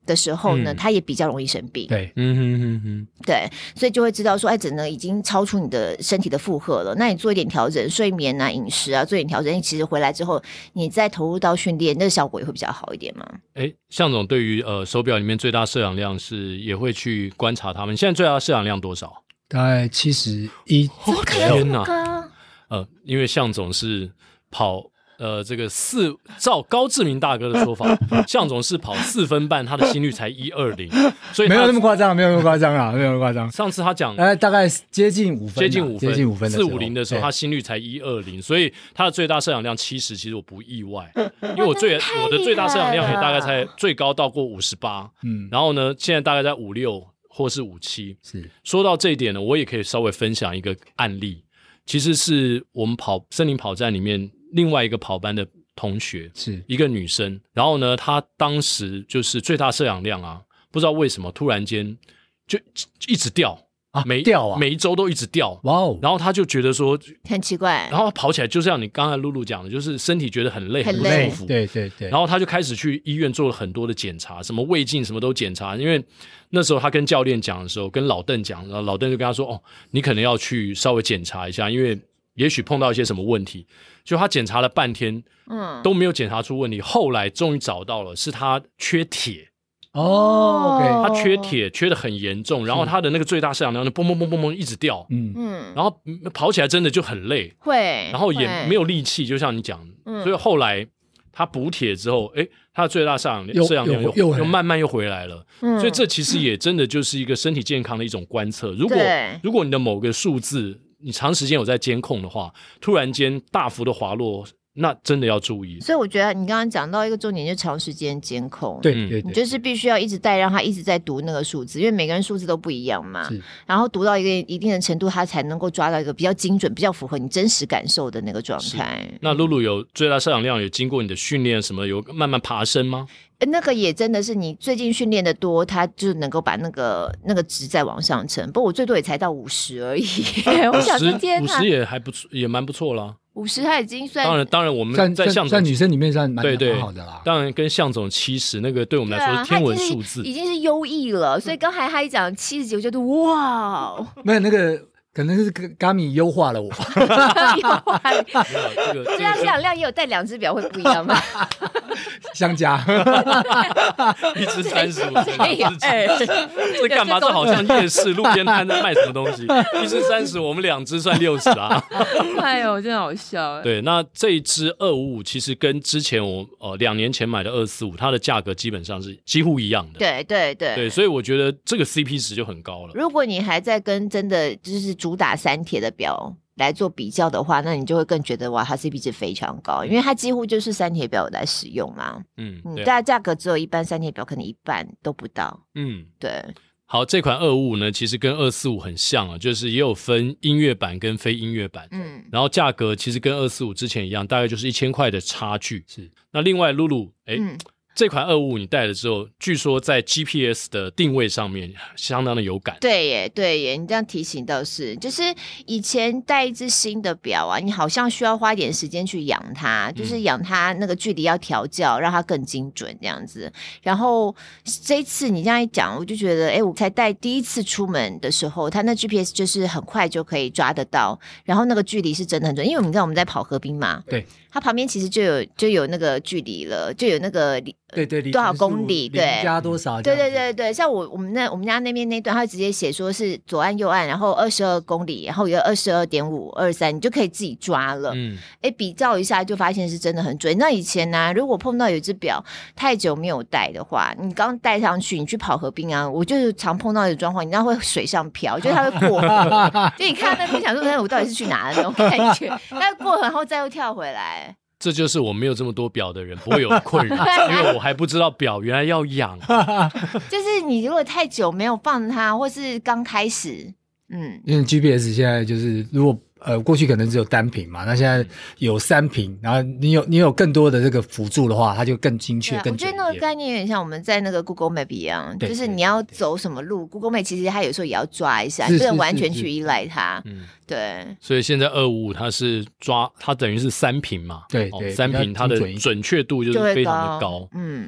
的时候呢，他、嗯、也比较容易生病。 对， 嗯哼哼哼， 对，所以就会知道说，哎，整个已经超出你的身体的负荷了。那你做一点调整，睡眠啊、饮食啊，做一点调整，其实回来之后，你再投入到训练，那个效果也会比较好一点嘛。 哎，向总对于呃手表里面最大摄氧量是也会去观察他们，现在最大摄氧量多少？ 大概七十一。 哦天哪！呃，因为向总是跑。呃，这个四照高志明大哥的说法，向总是跑四分半，他的心率才一二零，所以没有那么夸张，没有那么夸张啊，没有那么夸张。 上次他讲， 呃，大概接近五分， 接近五分， 接近五分， 四五零的时候，他心率才一二零，所以他的最大摄氧量七十，其实我不意外，因为我最我的最大摄氧量也大概才最高到过五十八，嗯，然后呢，现在大概在五六或是五七。是说到这一点呢，我也可以稍微分享一个案例，其实是我们跑森林跑站里面。另外一个跑班的同学是一个女生，然后呢，她当时就是最大摄氧量啊，不知道为什么突然间就一直掉啊，每掉啊， 每一周都一直掉，哇哦！然后她就觉得说很奇怪， 然后跑起来就像你刚才露露讲的，就是身体觉得很累、 很不舒服， 对对对。 然后她就开始去医院做了很多的检查，什么胃镜什么都检查，因为那时候她跟教练讲的时候，跟老邓讲，然后老邓就跟她说：“哦，你可能要去稍微检查一下，因为也许碰到一些什么问题。”就他检查了半天，嗯，都没有检查出问题。后来终于找到了，是他缺铁哦， okay 他缺铁，缺得很严重，然后他的那个最大摄氧量就嘣嘣嘣嘣嘣一直掉，嗯嗯，然后跑起来真的就很累， 会， 然后也没有力气，就像你讲，嗯，所以后来他补铁之后，哎，他的最大摄氧量摄氧量又又慢慢又回来了，嗯，所以这其实也真的就是一个身体健康的一种观测。如果如果你的某个数字你长时间有在监控的话，突然间大幅的滑落，那真的要注意。 所以我觉得你刚刚讲到一个重点，就是长时间监控。 对对对， 你就是必须要一直带，让他一直在读那个数字，因为每个人数字都不一样嘛。然后读到一个一定的程度，他才能够抓到一个比较精准、比较符合你真实感受的那个状态。 那露露有最大摄氧量，有经过你的训练什么，有慢慢爬升吗？ 那个也真的是你最近训练的多，他就能够把那个那个值再往上乘。不过我最多也才到五十而已。我想说天哪， 五十也还不错，也蛮不错啦。 五十他已经算， 当然当然我们在向总在女生里面算蛮对对蛮好的啦。 当然跟向总七十那个对我们来说是天文数字， 啊、已经是优异了。所以刚才他一讲七十几，我觉得哇， 没有那个。可能是 Gami 优化了我， 优化了这个这样摄氧量也有带两只表会不一样吗？ 相加， 一只三十五，这干嘛？这好像夜市路边摊在卖什么东西？一只三十，我们两只算六十啊！ 哎呦，真的好笑。 对，那这一只二五五其实跟之前我呃两年前买的二四五，它的价格基本上是几乎一样的。 对对对对，所以我觉得这个 C P 值就很高了。 如果你还在跟真的就是主打三铁的表来做比较的话，那你就会更觉得哇，它 C P 值非常高，因为它几乎就是三铁表来使用啦。嗯，嗯，大家价格只有一般三铁表可能一半都不到。嗯，对。 好，这款二五五呢，其实跟二四五很像啊，就是也有分音乐版跟非音乐版。嗯，然后价格其实跟二四五之前一样，大概就是一千块的差距。是，那另外露露，哎。嗯这款二五五你戴了之后，据说在 G P S 的定位上面相当的有感。 对耶，对耶，你这样提醒倒是，就是以前戴一只新的表啊，你好像需要花一点时间去养它，就是养它那个距离要调教，让它更精准这样子。然后这一次你这样一讲，我就觉得，哎，我才戴第一次出门的时候，它那 G P S 就是很快就可以抓得到，然后那个距离是真的很准，因为我们知道我们在跑河滨嘛， 对， 它旁边其实就有就有那个距离了，就有那个。 对对， 多少公里？对， 加多少？ 对对对对，像我我们那我们家那边那段，它会直接写说是左岸右岸，然后二十二公里，然后有二十二点五、二三，你就可以自己抓了。嗯，哎，比照一下就发现是真的很准。那以前呢、啊，如果碰到有一只表太久没有戴的话，你刚戴上去，你去跑河滨啊，我就是常碰到的状况，你知道会水上漂，就是它会过河，就你看到那边想说，哎，我到底是去哪的那种感觉，它会过河，然后再又跳回来。 这就是我没有这么多表的人不会有困扰，因为我还不知道表原来要养。 就是你如果太久没有放它，或是刚开始， 嗯，因为 G P S 现在就是如果。呃，过去可能只有单屏嘛，那现在有三屏，然后你有你有更多的这个辅助的话，它就更精确、啊、更准确。 我觉得那个概念有点像我们在那个 Google Map 一样，就是你要走什么路 ，Google Map 其实它有时候也要抓一下，不能完全去依赖它。嗯，对。 所以现在二五五它是抓，它等于是三屏嘛， 对对， 三屏它的准确度就是非常的高。 嗯，更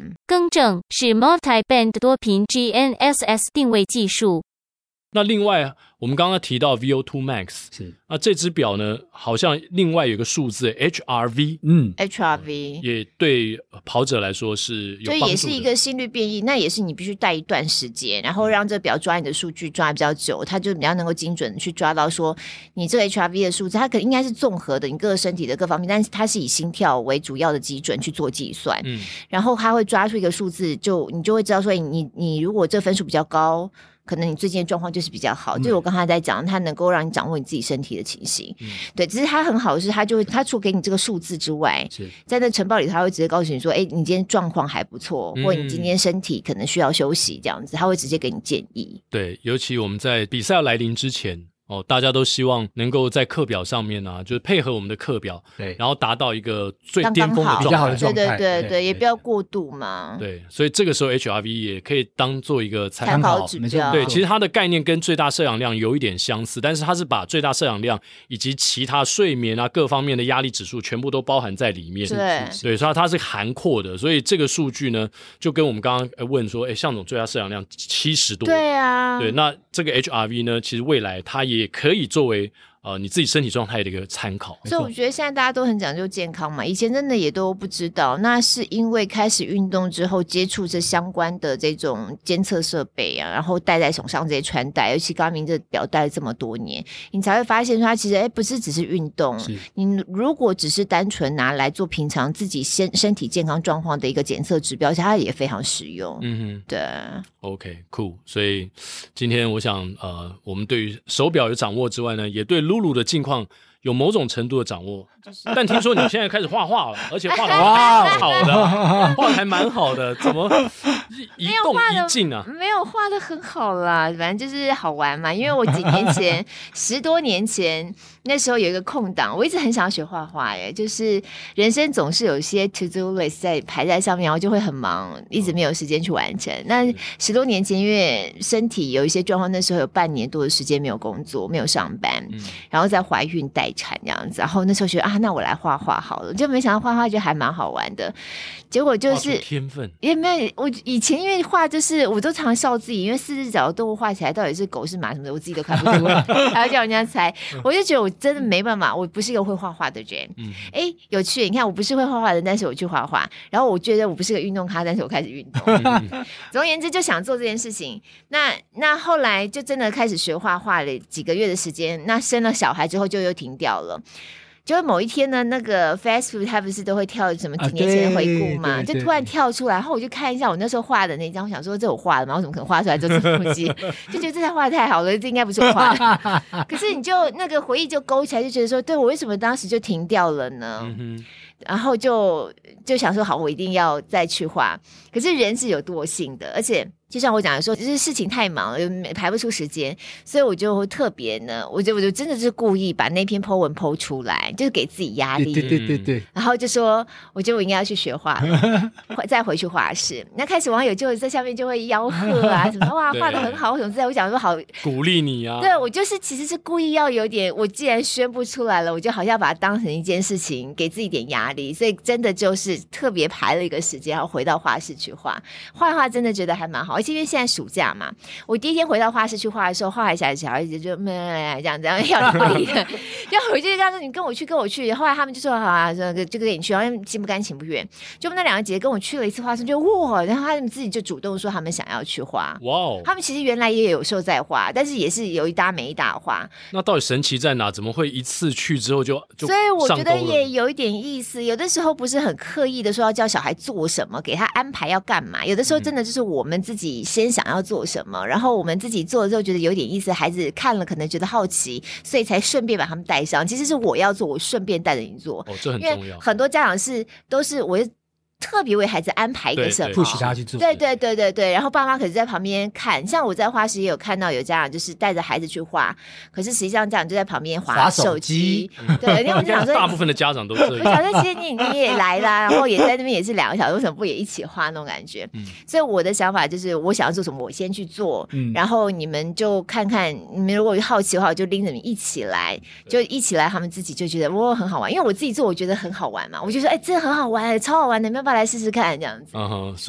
正，是 Multi-Band 多频 G N S S 定位技术。 那另外我们刚刚提到 V O 二 Max 是那这只表呢好像另外有一个数字 H R V 嗯 H R V 也对跑者来说是有帮助的， 就也是一个心率变异，那也是你必须戴一段时间，然后让这表抓你的数据抓比较久，它就比较能够精准的去抓到说你这个 H R V 的数字，它可能应该是综合的你各个身体的各方面，但是它是以心跳为主要的基准去做计算，嗯，然后它会抓出一个数字，就你就会知道说你你如果这分数比较高，可能你最近的状况就是比较好，嗯、就是我刚才在讲，它能够让你掌握你自己身体的情形。嗯、对，只是它很好的是，它就会它除了给你这个数字之外，在那晨报里，它会直接告诉你说，哎，你今天状况还不错，嗯、或者你今天身体可能需要休息，这样子，它会直接给你建议。 对，尤其我们在比赛要来临之前。哦，大家都希望能够在课表上面啊，就是配合我们的课表，对，然后达到一个最巅峰的状态， 比较好的状态，对对对 对, 对，也不要过度嘛。 对，所以这个时候 H R V 也可以当做一个参考指标。 对，其实它的概念跟最大摄氧量有一点相似，但是它是把最大摄氧量以及其他睡眠啊各方面的压力指数全部都包含在里面。 对， 对，所以它是含括的，所以这个数据呢，就跟我们刚刚问说，哎，向总最大摄氧量七十多， 对啊， 对，那这个 H R V 呢，其实未来它也可以作为呃，你自己身体状态的一个参考。 所以我觉得现在大家都很讲究健康嘛，以前真的也都不知道，那是因为开始运动之后接触这相关的这种监测设备啊，然后戴在手上这些穿戴，尤其Garmin这表戴了这么多年，你才会发现说它其实哎不是只是运动，你如果只是单纯拿来做平常自己身身体健康状况的一个检测指标，它也非常实用。嗯哼，对。 OK， cool。所以今天我想，呃，我们对于手表有掌握之外呢，也对露露的近况有某种程度的掌握。但听说你现在开始画画了，而且画的蛮好的，画的还蛮好的，怎么一动一静啊？ 没有画的很好啦，反正就是好玩嘛。因为我几年前，十多年前。那时候有一个空档，我一直很想要学画画耶，就是人生总是有一些 to do list 在排在上面，然后就会很忙，一直没有时间去完成。那十多年前因为身体有一些状况，那时候有半年多的时间没有工作，没有上班，嗯、然后在怀孕待产这样子，然后那时候觉得啊，那我来画画好了，就没想到画画就还蛮好玩的。结果就是天分也没有，我以前因为画就是我都常笑自己，因为四只脚的动物画起来到底是狗是马什么的，我自己都看不出来，还要叫人家猜，我就觉得我真的没办法，我不是一个会画画的人。嗯，哎，有趣，你看我不是会画画的人，但是我去画画，然后我觉得我不是个运动咖，但是我开始运动。总而言之，就想做这件事情。那那后来就真的开始学画画了几个月的时间，那生了小孩之后就又停掉了。就是某一天呢，那个 Facebook 它不是都会跳什么几年前的回顾嘛、啊，就突然跳出来，然后我就看一下我那时候画的那张，我想说这我画的吗？我怎么可能画出来这种东西？就觉得这台画的太好了，这应该不是我画的。可是你就那个回忆就勾起来，就觉得说，对我为什么当时就停掉了呢？嗯、然后就就想说，好，我一定要再去画。可是人是有惰性的，而且。就像我讲的说，就是事情太忙了，排不出时间，所以我就会特别呢，我就我就真的是故意把那篇 po 文 po 出来，就是给自己压力。 对对对对。 然后就说，我觉得我应该要去学画了，再回去画室。那开始网友就在下面就会吆喝啊，什么哇画得很好，什么之类。我想说好鼓励你啊。 对，我就是其实是故意要有点，我既然宣布出来了，我就好像把它当成一件事情，给自己点压力。所以真的就是特别排了一个时间，然后回到画室去画。画画真的觉得还蛮好。而且因为现在暑假嘛，我第一天回到画室去画的时候，画一下小孩子就这样这样要离的，就回去跟他说你跟我去跟我去。后来他们就说好啊，就就跟你去，然后心不甘情不愿。就那两个姐姐跟我去了一次画室，就哇，然后他们自己就主动说他们想要去画。哇哦！他们其实原来也有时候在画，但是也是有一搭没一搭画。 那到底神奇在哪？怎么会一次去之后就就所以我觉得也有一点意思。有的时候不是很刻意的说要教小孩做什么，给他安排要干嘛。有的时候真的就是我们自己先想要做什么，然后我们自己做了之后觉得有点意思，孩子看了可能觉得好奇，所以才顺便把他们带上。其实是我要做，我顺便带着你做。 哦，这很重要。因为很多家长是都是我特别为孩子安排一个什么， 不许他去做。 对对对对对，然后爸妈可是在旁边看。像我在画室也有看到有家长就是带着孩子去画，可是实际上家长就在旁边滑手机。对，因为我就想说， 大部分的家长都这样。 我想说，其实你你也来啦，然后也在那边也是两个小时，为什么不也一起画那种感觉？嗯、所以我的想法就是，我想要做什么，我先去做，嗯、然后你们就看看。你们如果好奇的话，我就拎着你们一起来，就一起来，他们自己就觉得哇很好玩。因为我自己做，我觉得很好玩嘛，我就说哎，这很好玩，超好玩的，你们要不要来试试看？这样。 嗯哼，所以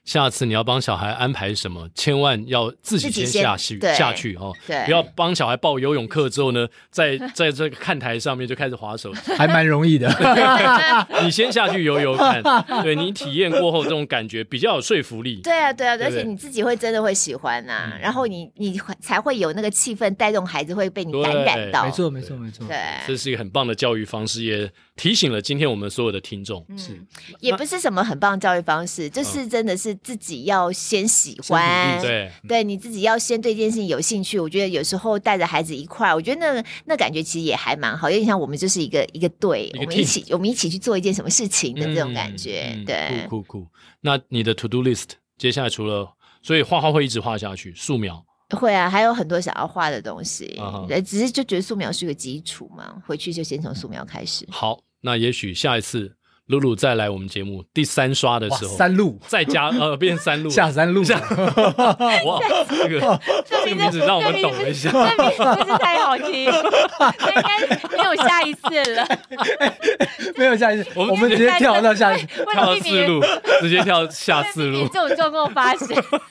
下次你要帮小孩安排什么，千万要自己先下去下去哦，不要帮小孩报游泳课之后呢，在在这个看台上面就开始滑手机， 还蛮容易的。 你先下去游游看，对你体验过后这种感觉比较有说服力。 对啊，对啊，而且你自己会真的会喜欢呐、啊嗯，然后你你才会有那个气氛带动孩子会被你感染到。 没错，没错，没错。 对， 这是一个很棒的教育方式，也提醒了今天我们所有的听众。 嗯、是，也不是什么很棒的教育方式，就是真的是自己要先喜欢， 对， 对，你自己要先对这件事情有兴趣。我觉得有时候带着孩子一块，我觉得那那感觉其实也还蛮好，有点像我们就是一个一个队，我们一起我们一起去做一件什么事情的这种感觉。嗯嗯、对， 酷酷酷。那你的 to do list 接下来除了，所以画画会一直画下去，素描。 会啊，还有很多想要画的东西，对、uh-huh. 只是就觉得素描是个基础嘛，回去就先从素描开始。 好，那也许下一次露露再来我们节目第三刷的时候， 三路再加呃变三路， 下三路， 下哇，这个这个名字让我们懂了一下， 这名字真是太好听，应该没有下一次了， 没有下一次，我们我们直接跳到下一次， 跳到四路，直接跳下四路， 这种状况发生。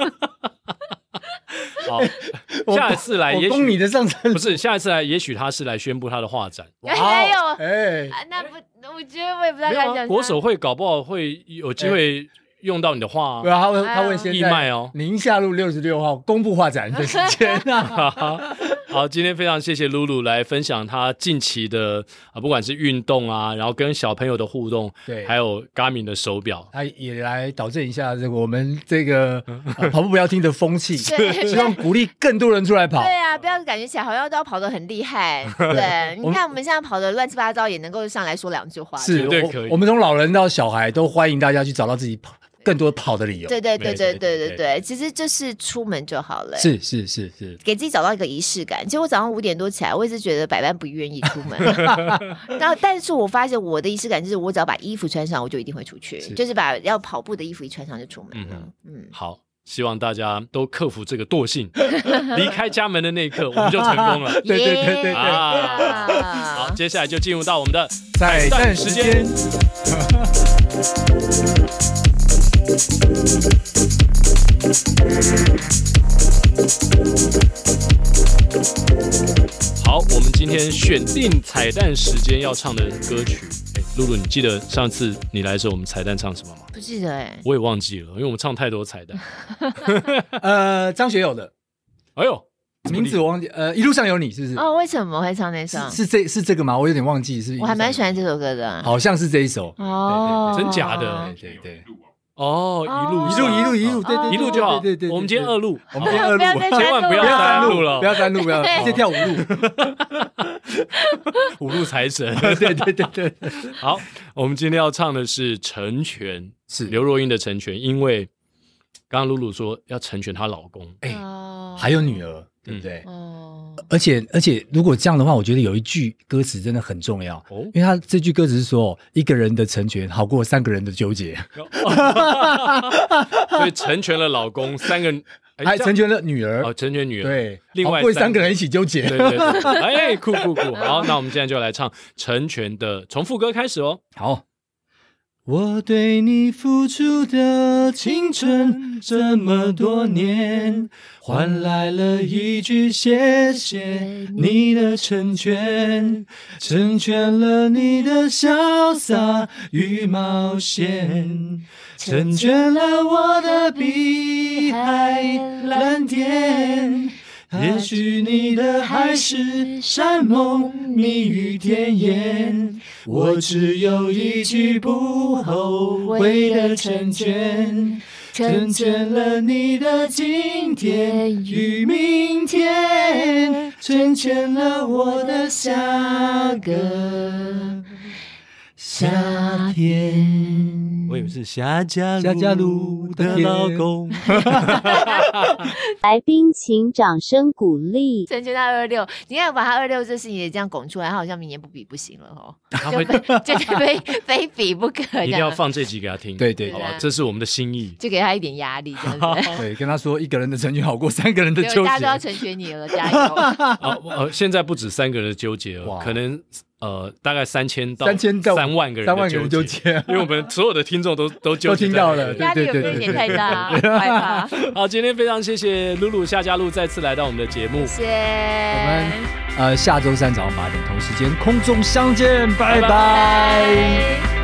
好，下一次来也许攻你的上层不是，下一次来也许他是来宣布他的画展。 还有， 哎、 啊，那不，我觉得我也不知道该讲、啊。 国手会搞不好会有机会用到你的画、啊， 对啊，他会他会先义卖哦， 宁夏路六十六号公布画展的时间啊。 好，今天非常谢谢露露来分享她近期的啊，不管是运动啊，然后跟小朋友的互动， 对， 还有 Garmin 的手表， 他也来导正一下这个我们这个、呃、跑步不要听的风气，希望鼓励更多人出来跑。 对啊，不要感觉起来好像都要跑得很厉害。对，你看我们现在跑得乱七八糟，也能够上来说两句话， 是， 绝对可以。 我们从老人到小孩都欢迎大家去找到自己跑。更多跑的理由， 对对对对对对对，其实就是出门就好了， 是是是是， 给自己找到一个仪式感。其实我早上五点多起来，我一直觉得百般不愿意出门，然后但是我发现我的仪式感就是，我只要把衣服穿上，我就一定会出去，是就是把要跑步的衣服一穿上就出门了。嗯，嗯好，希望大家都克服这个惰性，离开家门的那一刻，我们就成功了。 对对对对对， 啊，好，接下来就进入到我们的彩蛋时间。 好，我们今天选定彩蛋时间要唱的歌曲。哎，露露，你记得上次你来的时候，我们彩蛋唱什么吗？ 不记得哎、欸， 我也忘记了，因为我们唱太多彩蛋。 呃，张学友的， 哎呦， 名字我忘记，呃，一路上有你，是不是？ 哦，为什么会唱那首？ 是, 是这是这个吗？我有点忘记，是不是？ 我还蛮喜欢这首歌的、啊， 好像是这一首。 哦， 对对对真假的？ 对对对。 哦，一路一路一路一路，对对， 一路就好。 对对对， 我们今天二路， 我们今天二路， 千万不要三路了， 不要三路，不要直接跳五路， 五路财神。 对对对对。 好，我们今天要唱的是成全， 是刘若英的成全，因为刚刚露露说要成全她老公， 哎，还有女儿，对不对？ 哦。 而且而且，如果这样的话，我觉得有一句歌词真的很重要，哦、因为他这句歌词是说，一个人的成全好过三个人的纠结， 所以成全了老公，三个人还成全了女儿， 哦，成全女儿， 对， 另外好过三个人一起纠结， 对对对，哎，酷酷酷，好，那我们现在就来唱成全的，从副歌开始哦， 好。 我对你付出的青春这么多年，换来了一句谢谢你的成全，成全了你的潇洒与冒险，成全了我的碧海蓝天。也许你的海誓山盟蜜语甜言，我只有一句不后悔的成全，成全了你的今天与明天，成全了我的下个夏天。我以为是夏家路的老公。 来宾请掌声鼓励。 成全他二六，你看把他二六这事情也这样拱出来，他好像明年不比不行了哦， 他会就非非比不可， 一定要放这集给他听， 对对， 好吧，这是我们的心意， 就给他一点压力，这样子。 对，跟他说一个人的成全好过三个人的纠结， 大家都要成全你了，加油！ 呃，现在不止三个人的纠结了，可能呃，大概三千到三千到三万个人， 三万个人纠结， 因为我们所有的听众都都纠结都听到了， 压力有没有点太大？害怕。 好，今天非常谢谢露露夏嘉露再次来到我们的节目， 谢谢。 我们呃下周三早上八点同时间空中相见，拜拜。 拜拜。